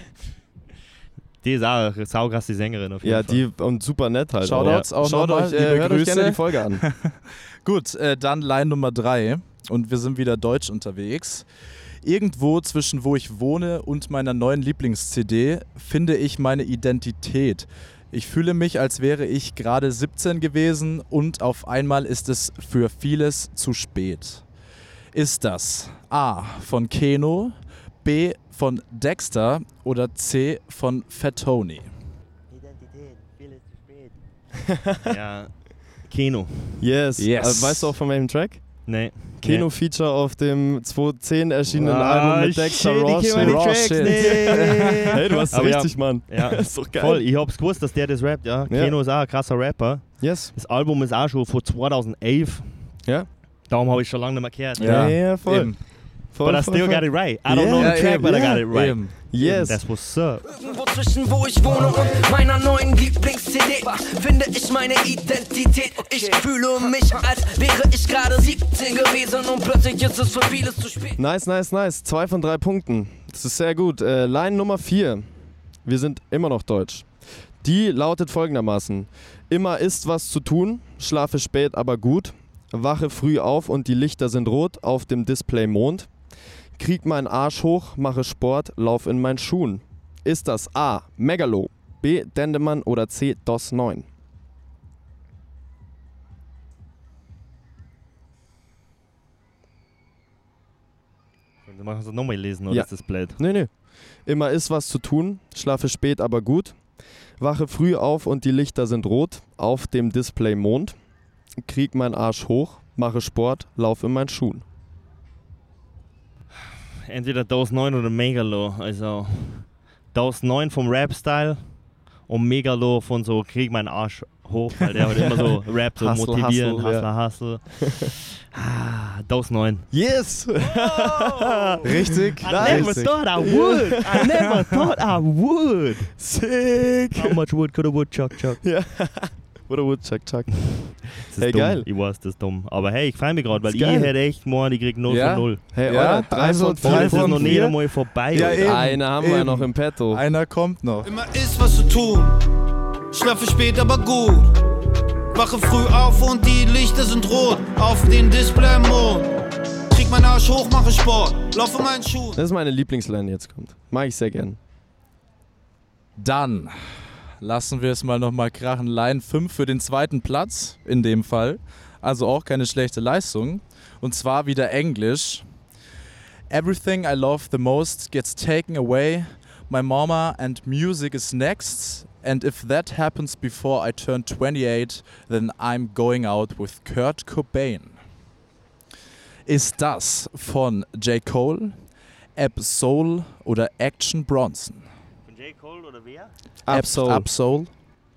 Speaker 1: Die ist auch eine saukrasse Sängerin auf jeden
Speaker 2: Ja,
Speaker 1: Fall.
Speaker 2: die und super nett halt.
Speaker 3: Shoutouts auch
Speaker 2: Schaut
Speaker 3: nochmal,
Speaker 2: euch,
Speaker 3: liebe
Speaker 2: hört euch
Speaker 3: Grüße.
Speaker 2: gerne die Folge an.
Speaker 3: Gut, dann Line Nummer 3 und wir sind wieder deutsch unterwegs. Irgendwo zwischen wo ich wohne und meiner neuen Lieblings-CD finde ich meine Identität. Ich fühle mich, als wäre ich gerade 17 gewesen und auf einmal ist es für vieles zu spät. Ist das A von Keno, B von Dexter oder C von Fat Tony?
Speaker 1: Identität, vieles zu spät. Ja, Keno.
Speaker 2: Yes.
Speaker 3: Yes.
Speaker 2: Weißt du auch von welchem Track?
Speaker 1: Nee.
Speaker 2: Keno-Feature auf dem 2010 erschienenen
Speaker 1: Ah,
Speaker 2: Album mit Dexter
Speaker 1: shit,
Speaker 2: Raw
Speaker 1: ich kenn meine
Speaker 2: Shit.
Speaker 3: Raw
Speaker 1: Tracks
Speaker 3: Shit.
Speaker 1: nicht.
Speaker 2: Hey, du hast es
Speaker 1: Aber ja.
Speaker 2: richtig, Mann.
Speaker 1: Ja,
Speaker 2: ist doch geil.
Speaker 1: voll. Ich hab's gewusst, dass der das rappt, ja.
Speaker 2: Ja.
Speaker 1: Keno ist auch ein krasser Rapper.
Speaker 2: Yes.
Speaker 1: Das Album ist auch schon von 2011.
Speaker 2: Ja.
Speaker 1: Darum habe ich schon lange nicht mehr gehört.
Speaker 2: Ja, voll.
Speaker 3: Eben.
Speaker 2: Voll,
Speaker 1: But I
Speaker 2: voll,
Speaker 1: still
Speaker 2: voll.
Speaker 1: got it right. I don't know
Speaker 2: Yeah,
Speaker 1: the track,
Speaker 3: eben,
Speaker 1: but I
Speaker 2: yeah.
Speaker 1: got it right.
Speaker 3: Eben.
Speaker 2: Yes.
Speaker 1: That's what's up.
Speaker 8: Irgendwo zwischen wo ich wohne und meiner neuen Lieblings-CD finde ich meine Identität. Ich fühle mich, als wäre ich gerade 17 gewesen und plötzlich ist es für vieles zu spät.
Speaker 2: Nice, nice, nice. 2 von 3 Punkten. Das ist sehr gut. Line Nummer 4. Wir sind immer noch deutsch. Die lautet folgendermaßen. Immer ist was zu tun, schlafe spät, aber gut. Wache früh auf und die Lichter sind rot auf dem Display Mond. Krieg meinen Arsch hoch, mache Sport, lauf in meinen Schuhen. Ist das A. Megalo, B. Dendemann oder C. DOS 9?
Speaker 1: Wir machen es nochmal lesen, oder
Speaker 2: Ja.
Speaker 1: ist das blöd?
Speaker 2: Nee. Immer ist was zu tun, schlafe spät, aber gut. Wache früh auf und die Lichter sind rot auf dem Display Mond. Krieg meinen Arsch hoch, mache Sport, lauf in meinen Schuhen.
Speaker 1: Entweder DOS 9 oder Megalo. Also DOS 9 vom Rap-Style und Megalo von so Krieg meinen Arsch hoch, weil der halt immer so Rap so
Speaker 2: Hustle,
Speaker 1: motivieren,
Speaker 2: hustle,
Speaker 1: Hustle. DOS 9.
Speaker 2: Yes!
Speaker 3: Richtig.
Speaker 1: I never thought I would. I never thought I would.
Speaker 2: Sick!
Speaker 1: How much wood could a woodchuck chuck?
Speaker 2: Oder Woodchuck, Chuck.
Speaker 1: Das ist
Speaker 2: Hey,
Speaker 1: dumm.
Speaker 2: geil.
Speaker 1: Ich weiß, das ist dumm. Aber hey, ich freue mich gerade, weil
Speaker 2: Ist
Speaker 1: ich
Speaker 2: geil.
Speaker 1: hätte echt morgen, ich krieg 0
Speaker 3: Ja?
Speaker 1: von 0.
Speaker 2: Hey,
Speaker 3: Ja,
Speaker 2: Alter, 3
Speaker 3: also
Speaker 2: von
Speaker 3: drei
Speaker 1: Und
Speaker 2: 4.
Speaker 1: es ist
Speaker 3: von
Speaker 1: noch nicht
Speaker 3: vier.
Speaker 1: einmal vorbei.
Speaker 3: Ja,
Speaker 1: Alter.
Speaker 3: eben.
Speaker 2: Eine haben wir
Speaker 3: Eben.
Speaker 2: noch im Petto.
Speaker 3: Einer kommt noch.
Speaker 6: Immer ist was zu tun, schlafe spät, aber gut. Wache früh auf und die Lichter sind rot auf den Display Mond. Krieg meinen Arsch hoch, mache Sport, laufe meinen Schuhen.
Speaker 2: Das ist meine Lieblingsline, die jetzt kommt. Mag ich sehr gern.
Speaker 3: Dann lassen wir es mal nochmal krachen. Line 5 für den zweiten Platz in dem Fall. also auch keine schlechte Leistung. Und zwar wieder Englisch. Everything I love the most gets taken away. My mama and music is next. And if that happens before I turn 28, then I'm going out with Kurt Cobain. Ist das von J. Cole, Ab-Soul oder Action Bronson?
Speaker 1: Von J. Cole oder wer?
Speaker 2: Ab-Soul.
Speaker 3: Ab-Soul.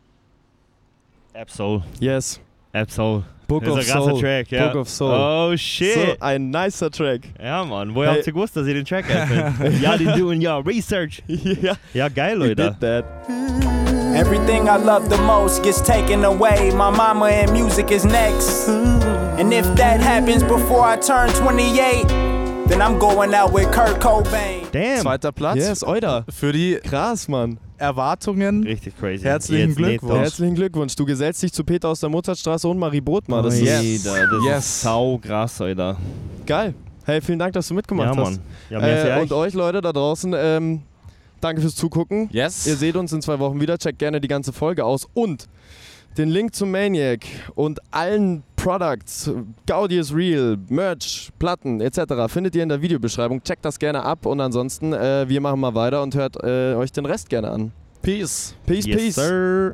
Speaker 1: Ab-Soul.
Speaker 2: Yes.
Speaker 1: Ab-Soul.
Speaker 2: Book
Speaker 1: Das
Speaker 2: of
Speaker 1: ist ein krasser
Speaker 2: Soul.
Speaker 1: Track, ja.
Speaker 2: Book of Soul.
Speaker 1: Oh shit.
Speaker 2: So ein nicer Track.
Speaker 1: Ja, Mann. Woher habt ihr gewusst, dass ihr den Track kennt? Ja, die doing your research. Ja, geil,
Speaker 2: We
Speaker 1: Leute.
Speaker 2: did that.
Speaker 9: Everything I love the most gets taken away. My mama and music is next. And if that happens before I turn 28, then I'm going out with Kurt Cobain.
Speaker 1: Damn.
Speaker 3: Zweiter Platz
Speaker 2: Yes, Oida.
Speaker 3: für die
Speaker 2: Krass, Mann.
Speaker 3: Erwartungen.
Speaker 1: Richtig crazy.
Speaker 3: Herzlichen
Speaker 1: Jetzt nicht
Speaker 3: Glückwunsch.
Speaker 2: Herzlichen Glückwunsch. Du gesellst dich zu Peter aus der Mozartstraße und Marie Bodmer. Das
Speaker 1: Alter,
Speaker 2: ist
Speaker 1: das
Speaker 3: Yes.
Speaker 1: ist sau krass, Alter.
Speaker 2: geil. Hey, vielen Dank, dass du mitgemacht
Speaker 1: Ja,
Speaker 2: hast.
Speaker 1: Mann. Ja, merci
Speaker 2: Und euch Leute da draußen, danke fürs Zugucken.
Speaker 3: Yes.
Speaker 2: Ihr seht uns in 2 Wochen wieder. Checkt gerne die ganze Folge aus. Und den Link zum Maniac und allen Products, Gaudi is Real, Merch, Platten etc. findet ihr in der Videobeschreibung. Checkt das gerne ab und ansonsten, wir machen mal weiter und hört euch den Rest gerne an.
Speaker 3: Peace.
Speaker 2: Peace,
Speaker 1: Yes,
Speaker 2: peace.
Speaker 1: sir.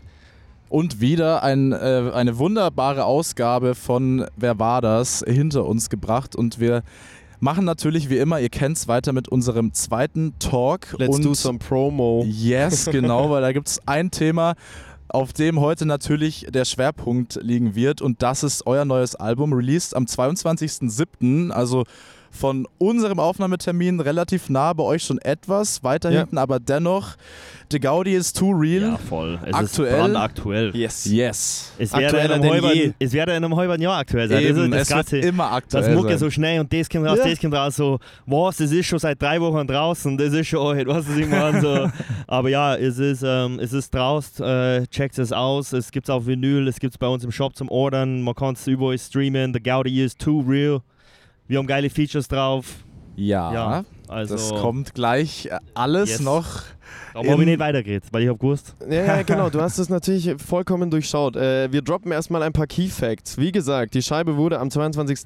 Speaker 3: Und wieder eine wunderbare Ausgabe von Wer war das hinter uns gebracht. Und wir machen natürlich wie immer, ihr kennt es, weiter mit unserem zweiten Talk.
Speaker 2: Let's
Speaker 3: und
Speaker 2: do some promo.
Speaker 3: Yes, genau, weil da gibt es ein Thema, auf dem heute natürlich der Schwerpunkt liegen wird. Und das ist euer neues Album, released am 22.07., also von unserem Aufnahmetermin relativ nah, bei euch schon etwas weiter
Speaker 2: Ja.
Speaker 3: hinten, aber dennoch, The Gaudi is too real.
Speaker 1: Ja, voll. Es
Speaker 3: Aktuell.
Speaker 1: ist brandaktuell.
Speaker 2: Yes.
Speaker 3: Yes.
Speaker 1: Es werde
Speaker 2: Aktueller
Speaker 1: in
Speaker 2: denn
Speaker 1: einem
Speaker 2: je.
Speaker 1: halben- es werde in einem halben Jahr aktuell sein.
Speaker 3: Eben,
Speaker 1: das
Speaker 3: es
Speaker 1: ist
Speaker 3: wird
Speaker 1: das
Speaker 3: immer aktuell
Speaker 1: Das Mucke
Speaker 3: sein.
Speaker 1: so schnell und das kommt raus,
Speaker 2: Ja.
Speaker 1: das kommt raus. So, was, das ist schon seit 3 Wochen draußen, das ist schon alt, was ich meine. So. Aber ja, es ist draußen, checkt es aus. Es gibt es auf Vinyl, es gibt es bei uns im Shop zum Ordern. Man kann es überall streamen. The Gaudi is too real. Wir haben geile Features drauf.
Speaker 3: Ja,
Speaker 1: Ja, also
Speaker 3: das kommt gleich alles
Speaker 1: Yes.
Speaker 3: noch.
Speaker 1: Aber habe ich nicht weitergeredet, weil ich habe gewusst.
Speaker 2: Ja, genau, du hast es natürlich vollkommen durchschaut. Wir droppen erstmal ein paar Key Facts. Wie gesagt, die Scheibe wurde am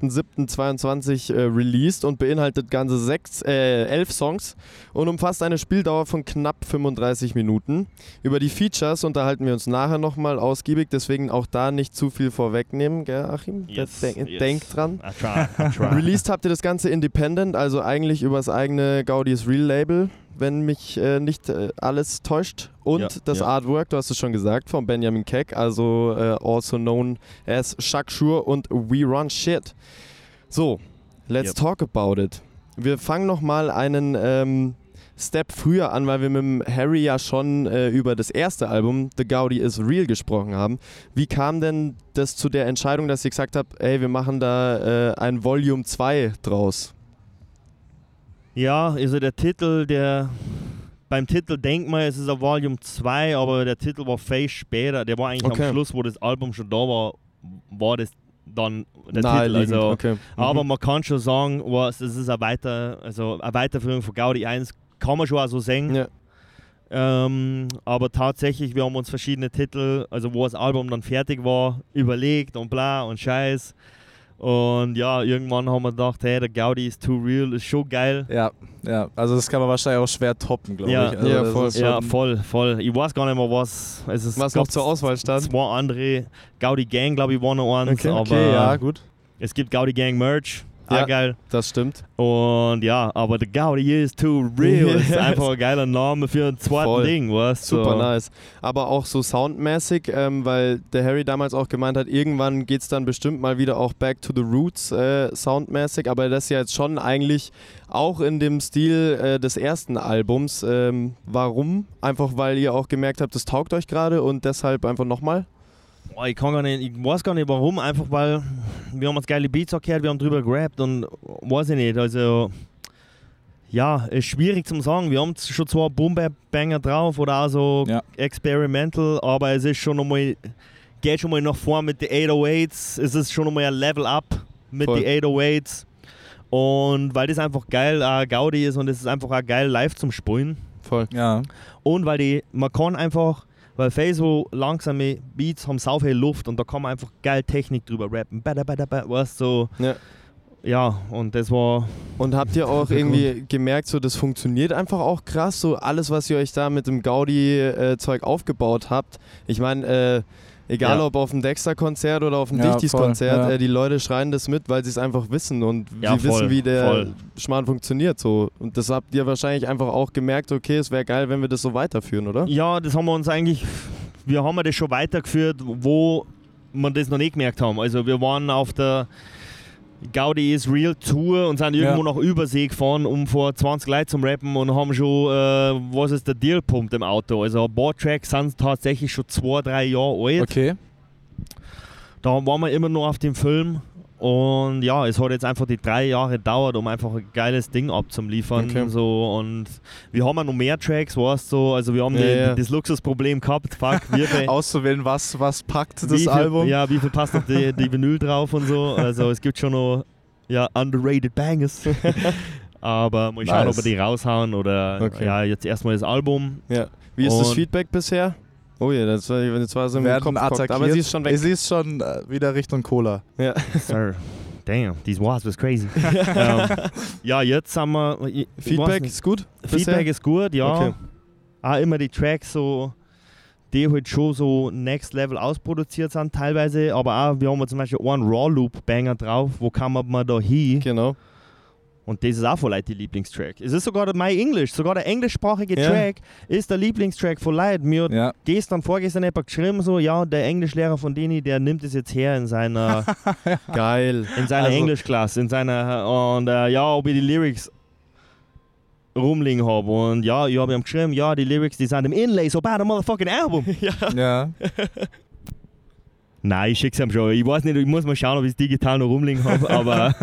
Speaker 2: 22.07.22 released und beinhaltet ganze 11 Songs und umfasst eine Spieldauer von knapp 35 Minuten. Über die Features unterhalten wir uns nachher nochmal ausgiebig, deswegen auch da nicht zu viel vorwegnehmen, gell, Achim?
Speaker 1: Yes,
Speaker 2: Denk dran.
Speaker 1: I try.
Speaker 2: Released habt ihr das Ganze independent, also eigentlich über das eigene Gaudi is Real Label, wenn mich nicht alles täuscht. Und
Speaker 1: Ja,
Speaker 2: das
Speaker 1: ja.
Speaker 2: Artwork, du hast es schon gesagt, von Benjamin Keck, also also known as Shakshure und We Run Shit. So, let's
Speaker 1: Yep.
Speaker 2: talk about it. Wir fangen nochmal einen Step früher an, weil wir mit dem Harry ja schon über das erste Album, The Gaudi is Real, gesprochen haben. Wie kam denn das zu der Entscheidung, dass ihr gesagt habt, ey, wir machen da ein Volume 2 draus?
Speaker 1: Ja, also der Titel, beim Titel denkt man, es ist ein Volume 2, aber der Titel war viel später. Der war eigentlich
Speaker 2: Okay.
Speaker 1: am Schluss, wo das Album schon da war das dann der Titel.
Speaker 2: Naheliegend,
Speaker 1: Also,
Speaker 2: okay.
Speaker 1: aber man kann schon sagen, es ist eine Weiterführung von Gaudi 1, kann man schon auch so singen.
Speaker 2: Ja.
Speaker 1: Aber tatsächlich, wir haben uns verschiedene Titel, also wo das Album dann fertig war, überlegt und bla und Scheiß. Und ja, irgendwann haben wir gedacht, hey, der Gaudi is too real, ist schon geil.
Speaker 3: Ja, also das kann man wahrscheinlich auch schwer toppen, glaube
Speaker 1: Ja,
Speaker 3: ich. Also
Speaker 2: ja,
Speaker 3: das
Speaker 2: voll.
Speaker 3: ist
Speaker 1: Ja,
Speaker 3: schon-
Speaker 1: voll. Ich weiß gar nicht mehr, was es
Speaker 2: Was noch zur Auswahl stand?
Speaker 1: 2 andere. Gaudi Gang, glaube ich, war noch eins.
Speaker 2: Okay,
Speaker 1: aber
Speaker 3: Okay, ja, gut.
Speaker 1: es gibt Gaudi Gang Merch.
Speaker 2: Ja.
Speaker 1: Auch geil.
Speaker 2: Das stimmt.
Speaker 1: Und ja, aber The Gaudi is too real.
Speaker 2: Yes.
Speaker 1: Ist einfach ein geiler Name für ein zweites
Speaker 2: Voll.
Speaker 1: Ding, weißt du?
Speaker 2: Super
Speaker 1: So.
Speaker 2: nice. Aber auch so soundmäßig, weil der Harry damals auch gemeint hat, irgendwann geht es dann bestimmt mal wieder auch back to the roots soundmäßig, aber das ist ja jetzt schon eigentlich auch in dem Stil des ersten Albums. Warum? Einfach weil ihr auch gemerkt habt, das taugt euch gerade und deshalb einfach nochmal?
Speaker 1: Boah, ich weiß gar nicht warum, einfach weil wir haben uns geile Beats auch gehört, wir haben drüber gerappt und weiß ich nicht, also ja, ist schwierig zum sagen. Wir haben schon 2 Boom-Bap-Banger drauf oder auch so
Speaker 3: Ja.
Speaker 1: experimental, aber es ist schon nochmal, geht schon mal nach vorn mit den 808s, es ist schon nochmal ein Level up mit
Speaker 2: Voll.
Speaker 1: den 808s und weil das einfach geil Gaudi ist und es ist einfach auch geil live zum Spielen
Speaker 2: Voll.
Speaker 3: Ja.
Speaker 1: und weil man kann einfach weil viel so langsame Beats haben sau viel Luft und da kann man einfach geil Technik drüber rappen. Weißt du, so. Ja, und das war...
Speaker 2: Und habt ihr auch irgendwie gemerkt, so das funktioniert einfach auch krass, so alles, was ihr euch da mit dem Gaudi-Zeug aufgebaut habt. Ich meine, egal ob auf dem Dexter-Konzert oder auf dem Dichtis-Konzert, die Leute schreien das mit, weil sie es einfach wissen und sie wissen, wie der Schmarrn funktioniert. So. Und das habt ihr wahrscheinlich einfach auch gemerkt, okay, es wäre geil, wenn wir das so weiterführen, oder?
Speaker 1: Ja, das haben wir uns eigentlich... Wir haben das schon weitergeführt, wo wir das noch nicht gemerkt haben. Also wir waren auf der... Gaudi is Real Tour und sind irgendwo nach Übersee gefahren, um vor 20 Leuten zum Rappen und haben schon, was ist der Deal pumpt im Auto. Also ein paar Tracks sind tatsächlich schon 2-3 Jahre alt.
Speaker 3: Okay.
Speaker 1: Da waren wir immer noch auf dem Film und ja, es hat jetzt einfach die 3 Jahre gedauert, um einfach ein geiles Ding abzuliefern.
Speaker 2: Okay.
Speaker 1: So, und wir haben ja noch mehr Tracks, weißt du, so, also wir haben das Luxusproblem gehabt,
Speaker 3: auszuwählen, was packt das Album.
Speaker 1: Ja, wie viel passt auf die Vinyl drauf und so. Also es gibt schon noch underrated Bangers. Aber mal schauen, ob wir die raushauen oder jetzt erstmal das Album.
Speaker 2: Ja. Wie ist das Feedback bisher? Oh ja, das war so im Kopf attackiert, aber sie ist schon weg.
Speaker 3: Sie ist schon wieder Richtung Cola.
Speaker 2: Ja.
Speaker 1: Sir, damn, these wasp was crazy. Ja, jetzt haben wir...
Speaker 2: Feedback ist gut?
Speaker 1: Feedback ist gut, ja.
Speaker 2: Okay.
Speaker 1: Auch immer die Tracks so, die halt schon so Next Level ausproduziert sind teilweise, aber auch, wir haben zum Beispiel einen Raw-Loop-Banger drauf, wo kann man da hin?
Speaker 2: Genau.
Speaker 1: Und das ist auch von Leuten die Lieblingstrack. Es ist sogar My English, sogar der englischsprachige Track ist der Lieblingstrack von Leuten. Mir hat vorgestern jemand geschrieben, so, ja, der Englischlehrer von Deni, der nimmt es jetzt her in seiner
Speaker 2: geil.
Speaker 1: In seiner Englischklasse, in seiner und ob ich die Lyrics rumliegen habe. Und ja, ich habe ihm geschrieben, ja, die Lyrics, die sind im Inlay, so bei dem motherfucking Album.
Speaker 3: Ja.
Speaker 1: Nein, ich schick's ihm schon. Ich weiß nicht, ich muss mal schauen, ob ich es digital noch rumliegen habe, aber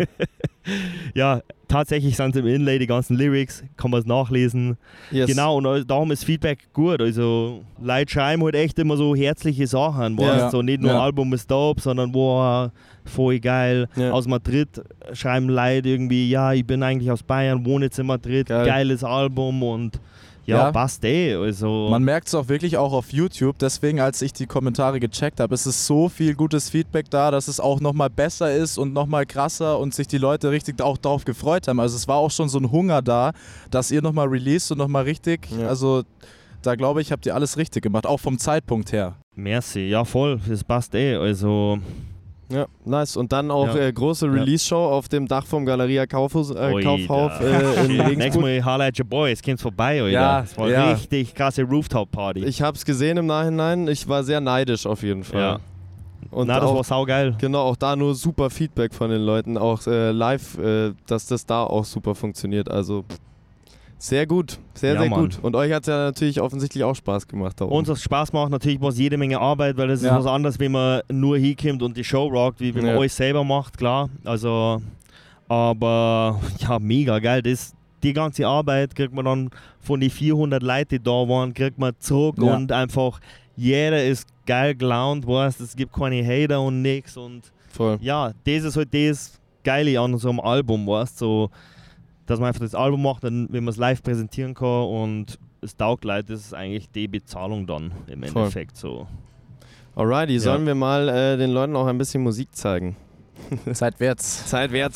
Speaker 1: ja, tatsächlich sind es im Inlay die ganzen Lyrics, kann man es nachlesen.
Speaker 2: Yes.
Speaker 1: Genau, und darum ist Feedback gut. Also Leute schreiben halt echt immer so herzliche Sachen, so nicht nur Album ist dope, sondern voll geil. Aus Madrid schreiben Leute irgendwie, ja, ich bin eigentlich aus Bayern, wohne jetzt in Madrid, geiles Album und passt also.
Speaker 3: Man merkt es auch wirklich auch auf YouTube, deswegen als ich die Kommentare gecheckt habe, es ist so viel gutes Feedback da, dass es auch nochmal besser ist und nochmal krasser und sich die Leute richtig auch darauf gefreut haben. Also es war auch schon so ein Hunger da, dass ihr nochmal released und nochmal richtig, also da glaube ich, habt ihr alles richtig gemacht, auch vom Zeitpunkt her.
Speaker 1: Merci, ja voll, das passt also...
Speaker 2: Ja, nice. Und dann auch große Release-Show auf dem Dach vom Galeria Kaufhof in Regensburg.
Speaker 1: Nächstes Mal Highlight Your Boys, kommt's vorbei, oder?
Speaker 3: Ja,
Speaker 1: das war eine richtig krasse Rooftop-Party.
Speaker 2: Ich hab's gesehen im Nachhinein, ich war sehr neidisch auf jeden Fall.
Speaker 1: Ja.
Speaker 2: Und
Speaker 1: das war saugeil.
Speaker 2: Genau, auch da nur super Feedback von den Leuten, auch live, dass das da auch super funktioniert. Also sehr gut, sehr gut. Und euch hat es ja natürlich offensichtlich auch Spaß gemacht.
Speaker 1: Uns hat es Spaß gemacht, natürlich war es jede Menge Arbeit, weil das ist was anderes, wenn man nur hinkommt und die Show rockt, wie wenn man alles selber macht, klar. Also, aber ja, mega geil. Die ganze Arbeit kriegt man dann von den 400 Leuten, die da waren, kriegt man zurück und einfach jeder ist geil gelaunt, weißt, es gibt keine Hater und nichts. Und ja, das ist halt das Geile an so einem Album, weißt, so, dass man einfach das Album macht, dann, wenn man es live präsentieren kann und es taugt Leute, das ist eigentlich die Bezahlung dann im Endeffekt so.
Speaker 2: Alrighty, sollen wir mal den Leuten auch ein bisschen Musik zeigen?
Speaker 3: Zeitwärts.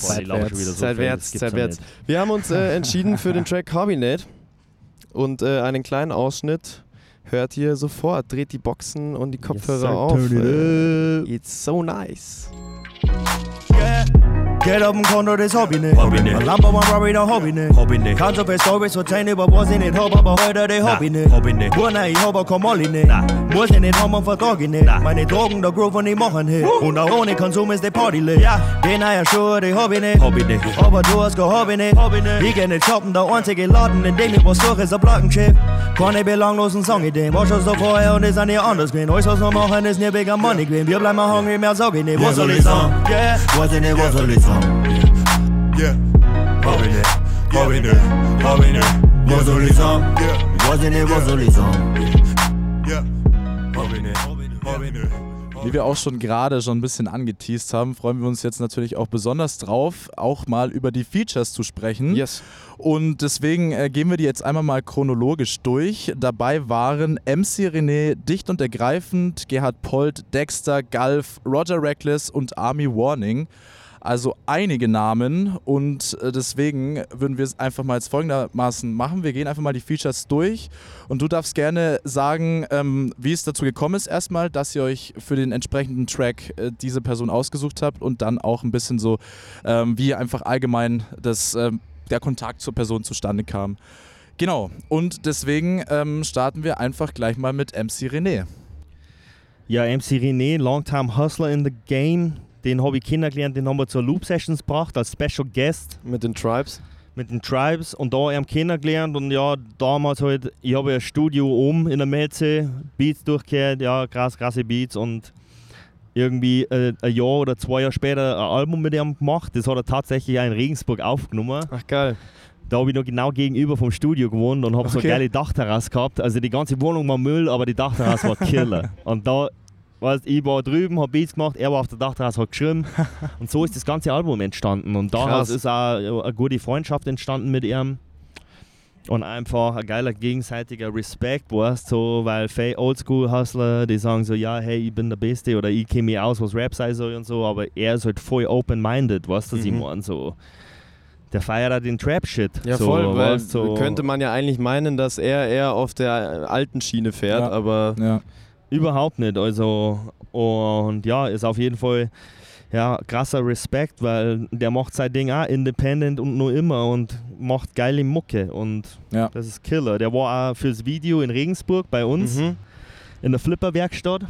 Speaker 2: Zeitwärts. Wir haben uns entschieden für den Track Hobbynet und einen kleinen Ausschnitt hört ihr sofort. Dreht die Boxen und die Kopfhörer auf. It's so nice.
Speaker 10: Get up and Konto, das Hobby nicht. Ein Lambo, ein Rory, der Hobby nicht. Kannst du für Stories erzählen über was ich nicht hab, aber heute der Hobby nicht. Burner, ich hab auch kein Molly nicht. Muss ich nicht haben und vertrag ich nicht. Meine Drogen, der Groove und die machen Hit. Und auch ohne Konsum ist die Party lit. Den neuen Schuhe, die Hobby nicht. Aber du hast kein Hobby nicht. Ich geh nicht shoppen, der einzige Laden, in dem ich was suche, ist ein Plattenschiff. Keine belanglosen Songideen. Was hast du vorher und ist an dir anders gewesen. Alles was wir machen, ist nicht wegen Money gewesen. Wir bleiben hungry, mehr sag ich nicht. Was soll ich sagen? Was ich nicht, was soll ich sagen?
Speaker 4: Yeah, Hobby nicht, was soll ich sagen?
Speaker 10: Was ich nicht, was soll ich sagen?
Speaker 4: Yeah, Hobby nicht,
Speaker 3: Wie wir auch schon gerade ein bisschen angeteased haben, freuen wir uns jetzt natürlich auch besonders drauf, auch mal über die Features zu sprechen.
Speaker 2: Yes.
Speaker 3: Und deswegen gehen wir die jetzt einmal mal chronologisch durch. Dabei waren MC René, Dicht und Ergreifend, Gerhard Polt, Dexter, Gulf, Roger Reckless und Army Warning. Also einige Namen und deswegen würden wir es einfach mal jetzt folgendermaßen machen. Wir gehen einfach mal die Features durch und du darfst gerne sagen, wie es dazu gekommen ist erstmal, dass ihr euch für den entsprechenden Track diese Person ausgesucht habt und dann auch ein bisschen so, wie einfach allgemein der Kontakt zur Person zustande kam. Genau, und deswegen starten wir einfach gleich mal mit MC René.
Speaker 1: Ja, MC René, Longtime Hustler in the Game. Den habe ich kennengelernt, den haben wir zur Loop Sessions gebracht als Special Guest.
Speaker 2: Mit den Tribes?
Speaker 1: Mit den Tribes und da haben kennengelernt und ja, damals halt, ich habe ein Studio in der Melze, Beats durchgehört, ja, krasse Beats und irgendwie ein Jahr oder 2 Jahre später ein Album mit ihm gemacht. Das hat er tatsächlich auch in Regensburg aufgenommen.
Speaker 2: Ach geil.
Speaker 1: Da habe ich noch genau gegenüber vom Studio gewohnt und habe so eine geile Dachterrasse gehabt. Also die ganze Wohnung war Müll, aber die Dachterrasse war Killer. Und da, weißt, ich war drüben, habe Beats gemacht, er war auf der Dachterrasse, hat geschrieben. Und so ist das ganze Album entstanden. Und daraus ist auch eine gute Freundschaft entstanden mit ihm. Und einfach ein geiler gegenseitiger Respekt, weißt so, weil viele Oldschool-Hustler, die sagen so, ja, hey, ich bin der Beste oder ich kenne mich aus, was Rap sei so und so, aber er ist halt voll open-minded, weißt du, was ich meine, so. Der feiert halt den Trap-Shit.
Speaker 2: Ja,
Speaker 1: so,
Speaker 2: voll, weil
Speaker 1: so.
Speaker 2: Könnte man ja eigentlich meinen, dass er eher auf der alten Schiene fährt,
Speaker 3: ja.
Speaker 2: aber...
Speaker 3: Ja.
Speaker 1: Überhaupt nicht, also, und ja, ist auf jeden Fall... Ja, krasser Respekt, weil der macht sein Ding auch independent und nur immer und macht geile Mucke und das ist Killer. Der war auch fürs Video in Regensburg bei uns in der Flipper-Werkstatt.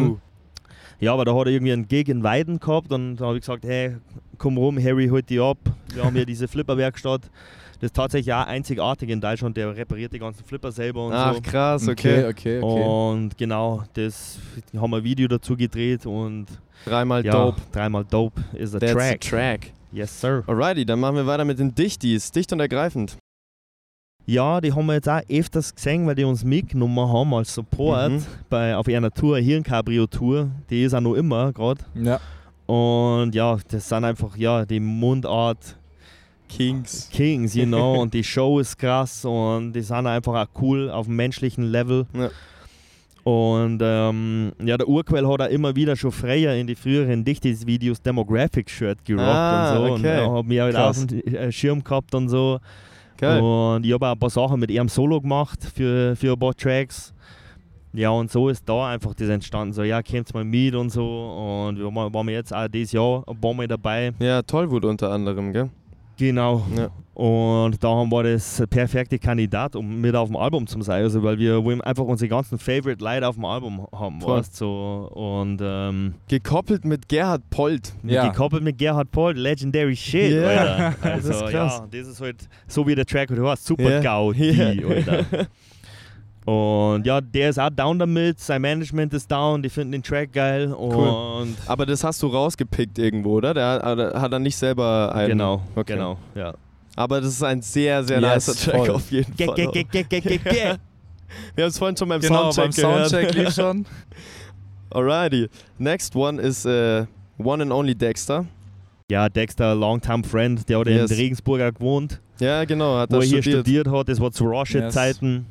Speaker 1: Ja, aber da hat er irgendwie einen Gig in Weiden gehabt und da habe ich gesagt, hey, komm rum, Harry, holt die ab. Wir haben hier diese Flipper-Werkstatt. Das ist tatsächlich auch einzigartig in Deutschland, der repariert die ganzen Flipper selber und so.
Speaker 2: Ach krass, okay.
Speaker 1: Und genau, das haben wir ein Video dazu gedreht und
Speaker 2: dreimal
Speaker 1: Dope ist der
Speaker 2: Track. Track.
Speaker 1: Yes, sir.
Speaker 2: Alrighty, dann machen wir weiter mit den Dichtis. Dicht und ergreifend.
Speaker 1: Ja, die haben wir jetzt auch öfters gesehen, weil die uns mitgenommen haben als Support auf einer Tour, hier in Cabrio-Tour. Die ist auch noch immer gerade.
Speaker 3: Ja.
Speaker 1: Und ja, das sind einfach die Mundart
Speaker 2: Kings,
Speaker 1: you know, und die Show ist krass und die sind einfach auch cool auf dem menschlichen Level. Ja. Und der Urquell hat auch immer wieder schon früher in die früheren Dichtis-Videos Demographic-Shirt gerockt und so.
Speaker 2: Okay.
Speaker 1: Und hat mich halt auf dem Schirm gehabt und so.
Speaker 2: Geil.
Speaker 1: Und ich habe auch ein paar Sachen mit ihrem Solo gemacht für ein paar Tracks. Ja, und so ist da einfach das entstanden. So, ja, kommt mal mit und so. Und wir waren jetzt auch dieses Jahr ein paar Mal dabei.
Speaker 2: Ja, Tollwut unter anderem, gell?
Speaker 1: Genau.
Speaker 2: Ja.
Speaker 1: Und da haben wir das perfekte Kandidat, um mit auf dem Album zu sein. Also, weil wir wollen einfach unsere ganzen Favorite Leute auf dem Album haben. Weißt, so. Und,
Speaker 2: gekoppelt mit Gerhard Polt.
Speaker 1: Gekoppelt mit Gerhard Polt, legendary shit, Alter. Also,
Speaker 2: das ist krass.
Speaker 1: ja, das ist halt so wie der Track, du hast super Gaudi, Alter. Und ja, der ist auch down damit, sein Management ist down, die finden den Track geil.
Speaker 2: Cool. Aber das hast du rausgepickt irgendwo, oder? Der hat er nicht selber einen.
Speaker 1: Genau, genau, ja.
Speaker 2: Aber das ist ein sehr, sehr nicer Track auf jeden Fall. Wir haben es vorhin schon beim Soundcheck gehört.
Speaker 3: Soundcheck lief schon.
Speaker 2: Alrighty. Next one is One and Only Dexter.
Speaker 1: Ja, Dexter, Longtime Friend, der hat in Regensburg gewohnt.
Speaker 2: Ja, genau, hat
Speaker 1: er hier studiert hat, das war zu Raw-Shit-Zeiten.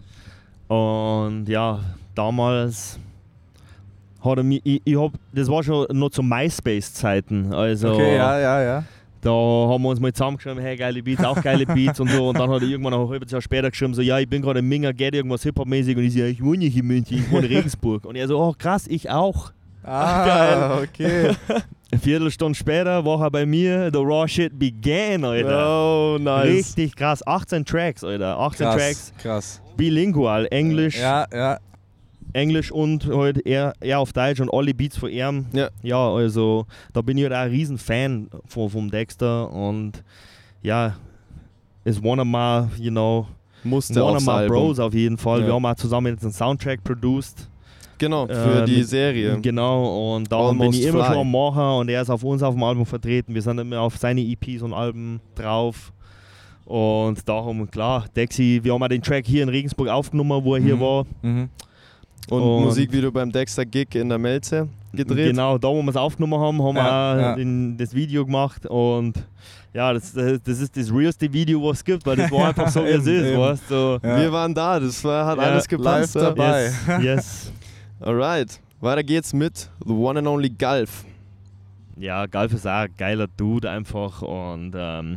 Speaker 1: Und ja, damals hat er mich, das war schon noch zu MySpace-Zeiten. Also,
Speaker 3: okay, ja.
Speaker 1: Da haben wir uns mal zusammengeschrieben, hey, geile Beats, auch geile Beats und so. Und dann hat er irgendwann noch ein halbes Jahr später geschrieben, so, ja, ich bin gerade in Minga, geht irgendwas Hip-Hop-mäßig. Und ich so, ja, ich wohne nicht in München, ich wohne in Regensburg. Und er so, oh krass, ich auch.
Speaker 3: Ah, okay.
Speaker 1: Eine Viertelstunde später war er bei mir, the raw shit began, Alter.
Speaker 2: Oh, nice.
Speaker 1: Richtig krass, 18 Tracks, Alter. 18 Tracks.
Speaker 3: Krass.
Speaker 1: Bilingual, Englisch.
Speaker 3: Ja.
Speaker 1: Englisch und halt eher auf Deutsch und alle Beats von ihm. Ja, also da bin ich halt auch ein riesen Fan vom Dexter und ja, ist one of my, one of my bros auf jeden Fall. Ja. Wir haben auch zusammen jetzt einen Soundtrack produced.
Speaker 2: Genau, für die Serie.
Speaker 1: Genau, und darum bin ich immer schon am Machen und er ist auf uns auf dem Album vertreten. Wir sind immer auf seine EPs und Alben drauf. Und darum, klar, Dexy, wir haben auch den Track hier in Regensburg aufgenommen, wo er hier war.
Speaker 2: Und Musikvideo beim Dexter Gig in der Melze. gedreht.
Speaker 1: Genau, da wo wir es aufgenommen haben, haben wir auch das Video gemacht und ja, das ist das realste Video, was es gibt, weil das war einfach so, wie es ist, weißt du. So.
Speaker 2: Wir waren da, hat alles gepasst.
Speaker 3: Live dabei.
Speaker 1: Yes.
Speaker 2: Alright, weiter geht's mit The One and Only Galf.
Speaker 1: Ja, Galf ist auch ein geiler Dude einfach und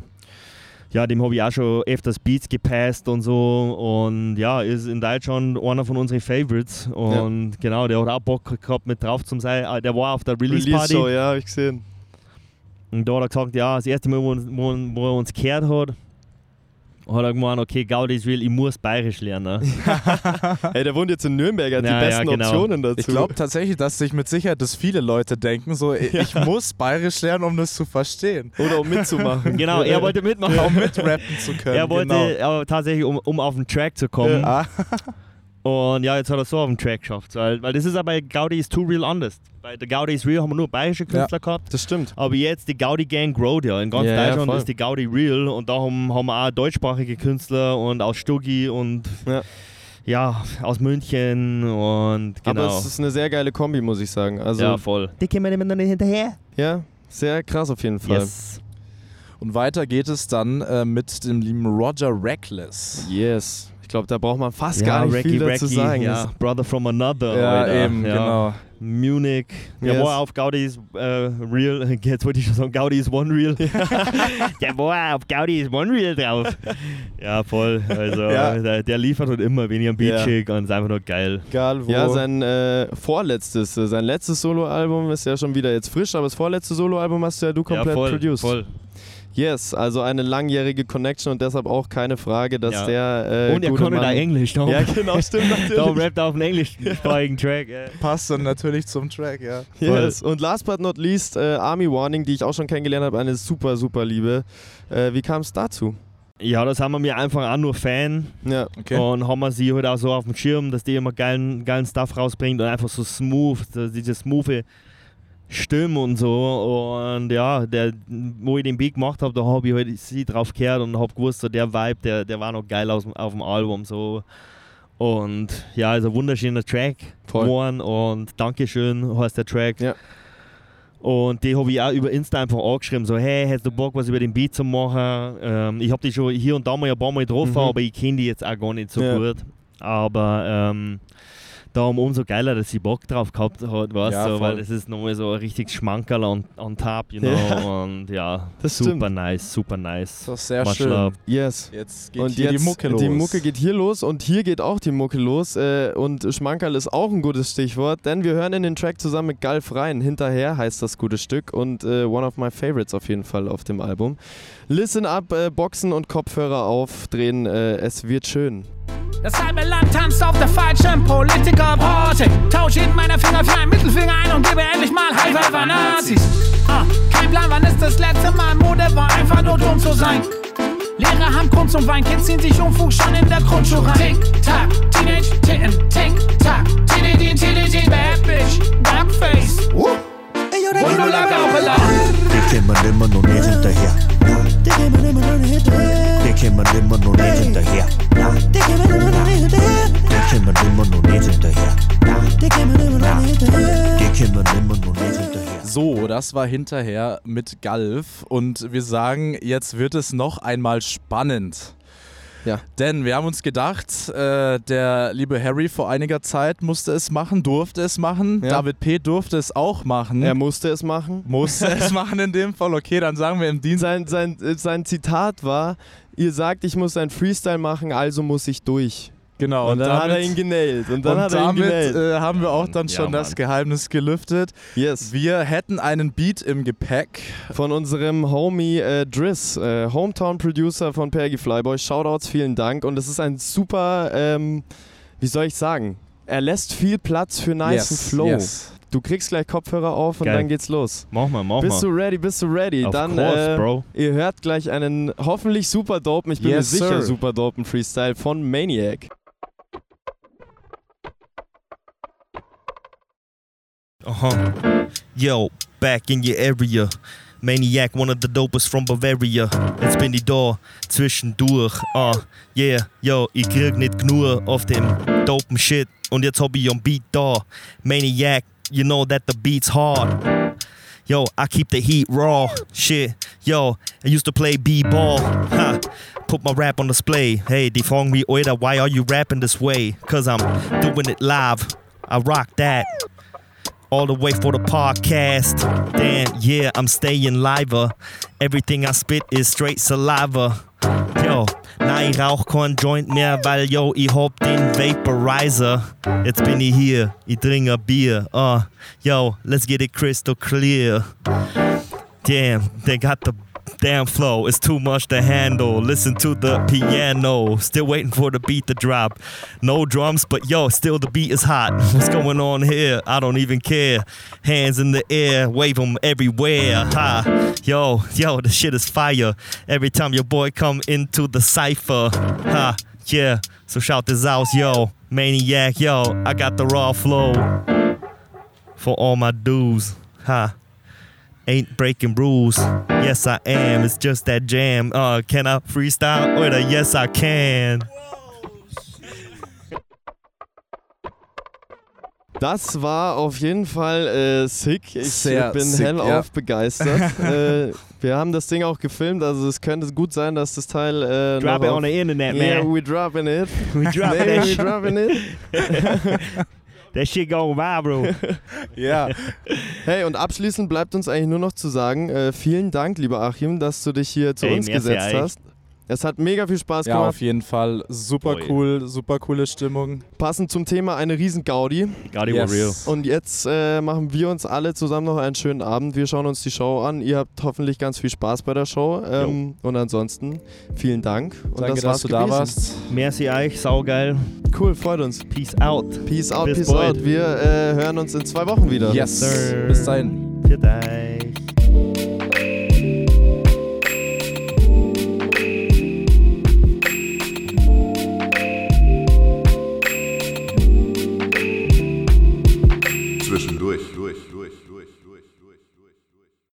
Speaker 1: ja, dem habe ich auch schon öfters Beats gepasst und so und ja, ist in Deutschland einer von unseren Favorites und genau, der hat auch Bock gehabt mit drauf zu sein. Der war auf der Release-Party.
Speaker 2: Release-Show, ja, hab ich gesehen.
Speaker 1: Und da hat er gesagt, ja, das erste Mal, wo er uns gehört hat er gemeint, okay, Gaudi ist real, ich muss Bayerisch lernen.
Speaker 2: Hey, der wohnt jetzt in Nürnberg, hat die besten Optionen dazu.
Speaker 3: Ich glaube tatsächlich, dass sich mit Sicherheit das viele Leute denken, so ich muss Bayerisch lernen, um das zu verstehen.
Speaker 2: Oder um mitzumachen.
Speaker 1: Genau, er wollte mitmachen.
Speaker 3: Um mitrappen zu können.
Speaker 1: Er wollte aber tatsächlich, um auf den Track zu kommen.
Speaker 3: Ja.
Speaker 1: Und ja, jetzt hat er so auf den Track geschafft. Weil das ist aber bei Gaudi is Too Real anders. Bei der Gaudi is Real haben wir nur bayerische Künstler gehabt.
Speaker 2: Das stimmt.
Speaker 1: Aber jetzt die Gaudi Gang growt ja. In ganz Deutschland ist die Gaudi Real und da haben wir auch deutschsprachige Künstler und aus Stuggi und ja, aus München und genau.
Speaker 2: Aber es ist eine sehr geile Kombi, muss ich sagen. Also,
Speaker 1: ja, voll. Die kommen immer noch nicht hinterher.
Speaker 2: Ja, sehr krass auf jeden Fall.
Speaker 1: Yes.
Speaker 3: Und weiter geht es dann mit dem lieben Roger Reckless.
Speaker 2: Yes. Ich glaube, da braucht man fast gar nicht viel dazu sagen.
Speaker 1: Ja, Brother from Another.
Speaker 3: Ja,
Speaker 1: Alter.
Speaker 3: eben, genau.
Speaker 1: Munich. Der war auf Gaudi Real. Jetzt wollte ich schon sagen, Gaudi is One Real. Der war auf Gaudi is One Real drauf. Ja, voll. Also, der liefert halt immer, wenn ich am Beat schicke und ist einfach nur geil.
Speaker 2: Egal wo. Ja, sein sein letztes Soloalbum ist ja schon wieder jetzt frisch, aber das vorletzte Soloalbum hast du komplett produced.
Speaker 1: Voll.
Speaker 2: Yes, also eine langjährige Connection und deshalb auch keine Frage, dass der
Speaker 1: und er konnte da Englisch. Darum,
Speaker 2: ja, genau, stimmt natürlich.
Speaker 1: Darum rappt er auf einen englischsprachigen Track.
Speaker 3: Passt dann natürlich zum Track, ja.
Speaker 2: Yes. Und last but not least, Army Warning, die ich auch schon kennengelernt habe, eine super, super Liebe. Wie kam es dazu?
Speaker 1: Ja, das haben wir einfach auch nur Fan.
Speaker 2: Ja,
Speaker 3: okay.
Speaker 1: Und haben wir sie halt auch so auf dem Schirm, dass die immer geilen Stuff rausbringt und einfach so smooth, diese smooth Stimme und so. Und ja, wo ich den Beat gemacht habe, da habe ich halt sie drauf gehört und habe gewusst, so der Vibe, der war noch geil auf dem Album. So. Und ja, also wunderschöner Track geworden und Dankeschön heißt der Track.
Speaker 2: Ja.
Speaker 1: Und die habe ich auch über Insta einfach angeschrieben, so hey, hättest du Bock, was über den Beat zu machen? Ich habe die schon hier und da mal ein paar Mal getroffen, aber ich kenne die jetzt auch gar nicht so gut. Aber darum umso geiler, dass sie Bock drauf gehabt hat, weißt du, weil es ist nochmal so ein richtig Schmankerl on top, you know, und ja,
Speaker 2: das
Speaker 1: super
Speaker 2: stimmt.
Speaker 1: Nice, super nice.
Speaker 3: Das ist sehr
Speaker 1: Much
Speaker 3: schön.
Speaker 1: love.
Speaker 2: Yes.
Speaker 3: Jetzt geht
Speaker 2: und
Speaker 3: hier die Mucke los.
Speaker 2: Die Mucke geht hier los und hier geht auch die Mucke los und Schmankerl ist auch ein gutes Stichwort, denn wir hören in den Track zusammen mit Galf rein. Hinterher heißt das gute Stück und one of my favorites auf jeden Fall auf dem Album. Listen up, Boxen und Kopfhörer aufdrehen, es wird schön.
Speaker 11: Das halbe Land tanzt auf der falschen Politiker-Party. Tausch jeden meiner Finger für einen Mittelfinger ein und gebe endlich mal High Five an Nazis. Kein Plan, wann ist das letzte Mal Mode war, einfach nur dumm zu sein. Lehrer haben Kunst und Wein, Kids ziehen sich Unfug schon in der Grundschule rein. Tick-Tack, Teenage Titten, Tick-Tack, Teenage Bad Bitch, Duckface. Und du lag auch allein.
Speaker 10: Die kämen immer noch nicht hinterher. Die kämen immer noch nicht hinterher. Die kämen immer noch nicht hinterher. Die kämen immer noch nicht hinterher. Die kämen immer noch nicht hinterher. Die kämen immer noch nicht hinterher. Die kämen immer noch nicht hinterher.
Speaker 3: So, das war Hinterher mit Galf und wir sagen, jetzt wird es noch einmal spannend.
Speaker 2: Ja.
Speaker 3: Denn wir haben uns gedacht, der liebe Harry vor einiger Zeit musste es machen, durfte es machen. Ja. David P. durfte es auch machen.
Speaker 2: Er musste es machen.
Speaker 3: Musste es machen in dem Fall. Okay, dann sagen wir im Dienst.
Speaker 2: Sein Zitat war, ihr sagt, ich muss ein Freestyle machen, also muss ich durch.
Speaker 3: Genau.
Speaker 2: Und dann hat er ihn genailt. Und damit
Speaker 3: haben wir auch dann schon das Geheimnis gelüftet.
Speaker 2: Yes.
Speaker 3: Wir hätten einen Beat im Gepäck.
Speaker 2: Von unserem Homie Driss, Hometown-Producer von Pergy Flyboy. Shoutouts, vielen Dank. Und es ist ein super, wie soll ich sagen, er lässt viel Platz für nice Flow. Yes. Du kriegst gleich Kopfhörer auf und dann geht's los.
Speaker 1: Mach mal.
Speaker 2: Bist du ready?
Speaker 1: Of
Speaker 2: dann,
Speaker 1: course, Bro.
Speaker 2: Ihr hört gleich einen hoffentlich super dopen, ich bin mir sicher, super dopen Freestyle von Maniac.
Speaker 12: Yo, back in your area. Maniac, one of the dopest from Bavaria. Jetzt bin ich da, zwischendurch. Yeah, yo, ich krieg nicht genug auf dem dopen Shit. Und jetzt hab ich am Beat da. Maniac, you know that the beat's hard. Yo, I keep the heat raw. Shit, yo, I used to play b-ball. Ha, put my rap on display. Hey, die fragen mich, Oida, why are you rapping this way? Cause I'm doing it live. I rock that. All the way for the podcast. Damn, yeah, I'm staying liver. Everything I spit is straight saliva. Yo, nein, ich rauch kein Joint mehr, weil yo, ich hab den Vaporizer. Jetzt bin ich hier, ich trinke Bier. Yo, let's get it crystal clear. Damn, they got the damn flow. It's too much to handle. Listen to the piano. Still waiting for the beat to drop. No drums, but yo, still the beat is hot. What's going on here? I don't even care. Hands in the air, wave them everywhere. Ha, yo, the shit is fire. Every time your boy come into the cypher. Ha, yeah. So shout this out, yo. Maniac, yo. I got the raw flow. For all my dudes. Ha. Ain't breaking rules. Yes, I am. It's just that jam. Can I freestyle? Oder yes, I can.
Speaker 2: Das war auf jeden Fall sick. Ich bin
Speaker 3: sick,
Speaker 2: hellauf begeistert. Wir haben das Ding auch gefilmt, also es könnte gut sein, dass das Teil
Speaker 1: drop it on the internet, man.
Speaker 2: Yeah, we dropping it.
Speaker 1: We
Speaker 2: dropping it.
Speaker 1: That shit go viral.
Speaker 3: Ja.
Speaker 2: Hey, und abschließend bleibt uns eigentlich nur noch zu sagen, vielen Dank, lieber Achim, dass du dich hier zu uns gesetzt hast. Es hat mega viel Spaß gemacht.
Speaker 3: Ja, auf jeden Fall. Super cool, super coole Stimmung.
Speaker 2: Passend zum Thema eine riesen Gaudi.
Speaker 1: Gaudi war real.
Speaker 2: Und jetzt machen wir uns alle zusammen noch einen schönen Abend. Wir schauen uns die Show an. Ihr habt hoffentlich ganz viel Spaß bei der Show. Und ansonsten vielen Dank. Und
Speaker 3: danke, dass du da warst.
Speaker 1: Merci euch, saugeil.
Speaker 2: Cool, freut uns.
Speaker 1: Peace out.
Speaker 2: Peace out, peace out. Wir hören uns in 2 Wochen wieder.
Speaker 3: Yes, sir. Bis dahin.
Speaker 1: Für dich.
Speaker 13: Zwischendurch.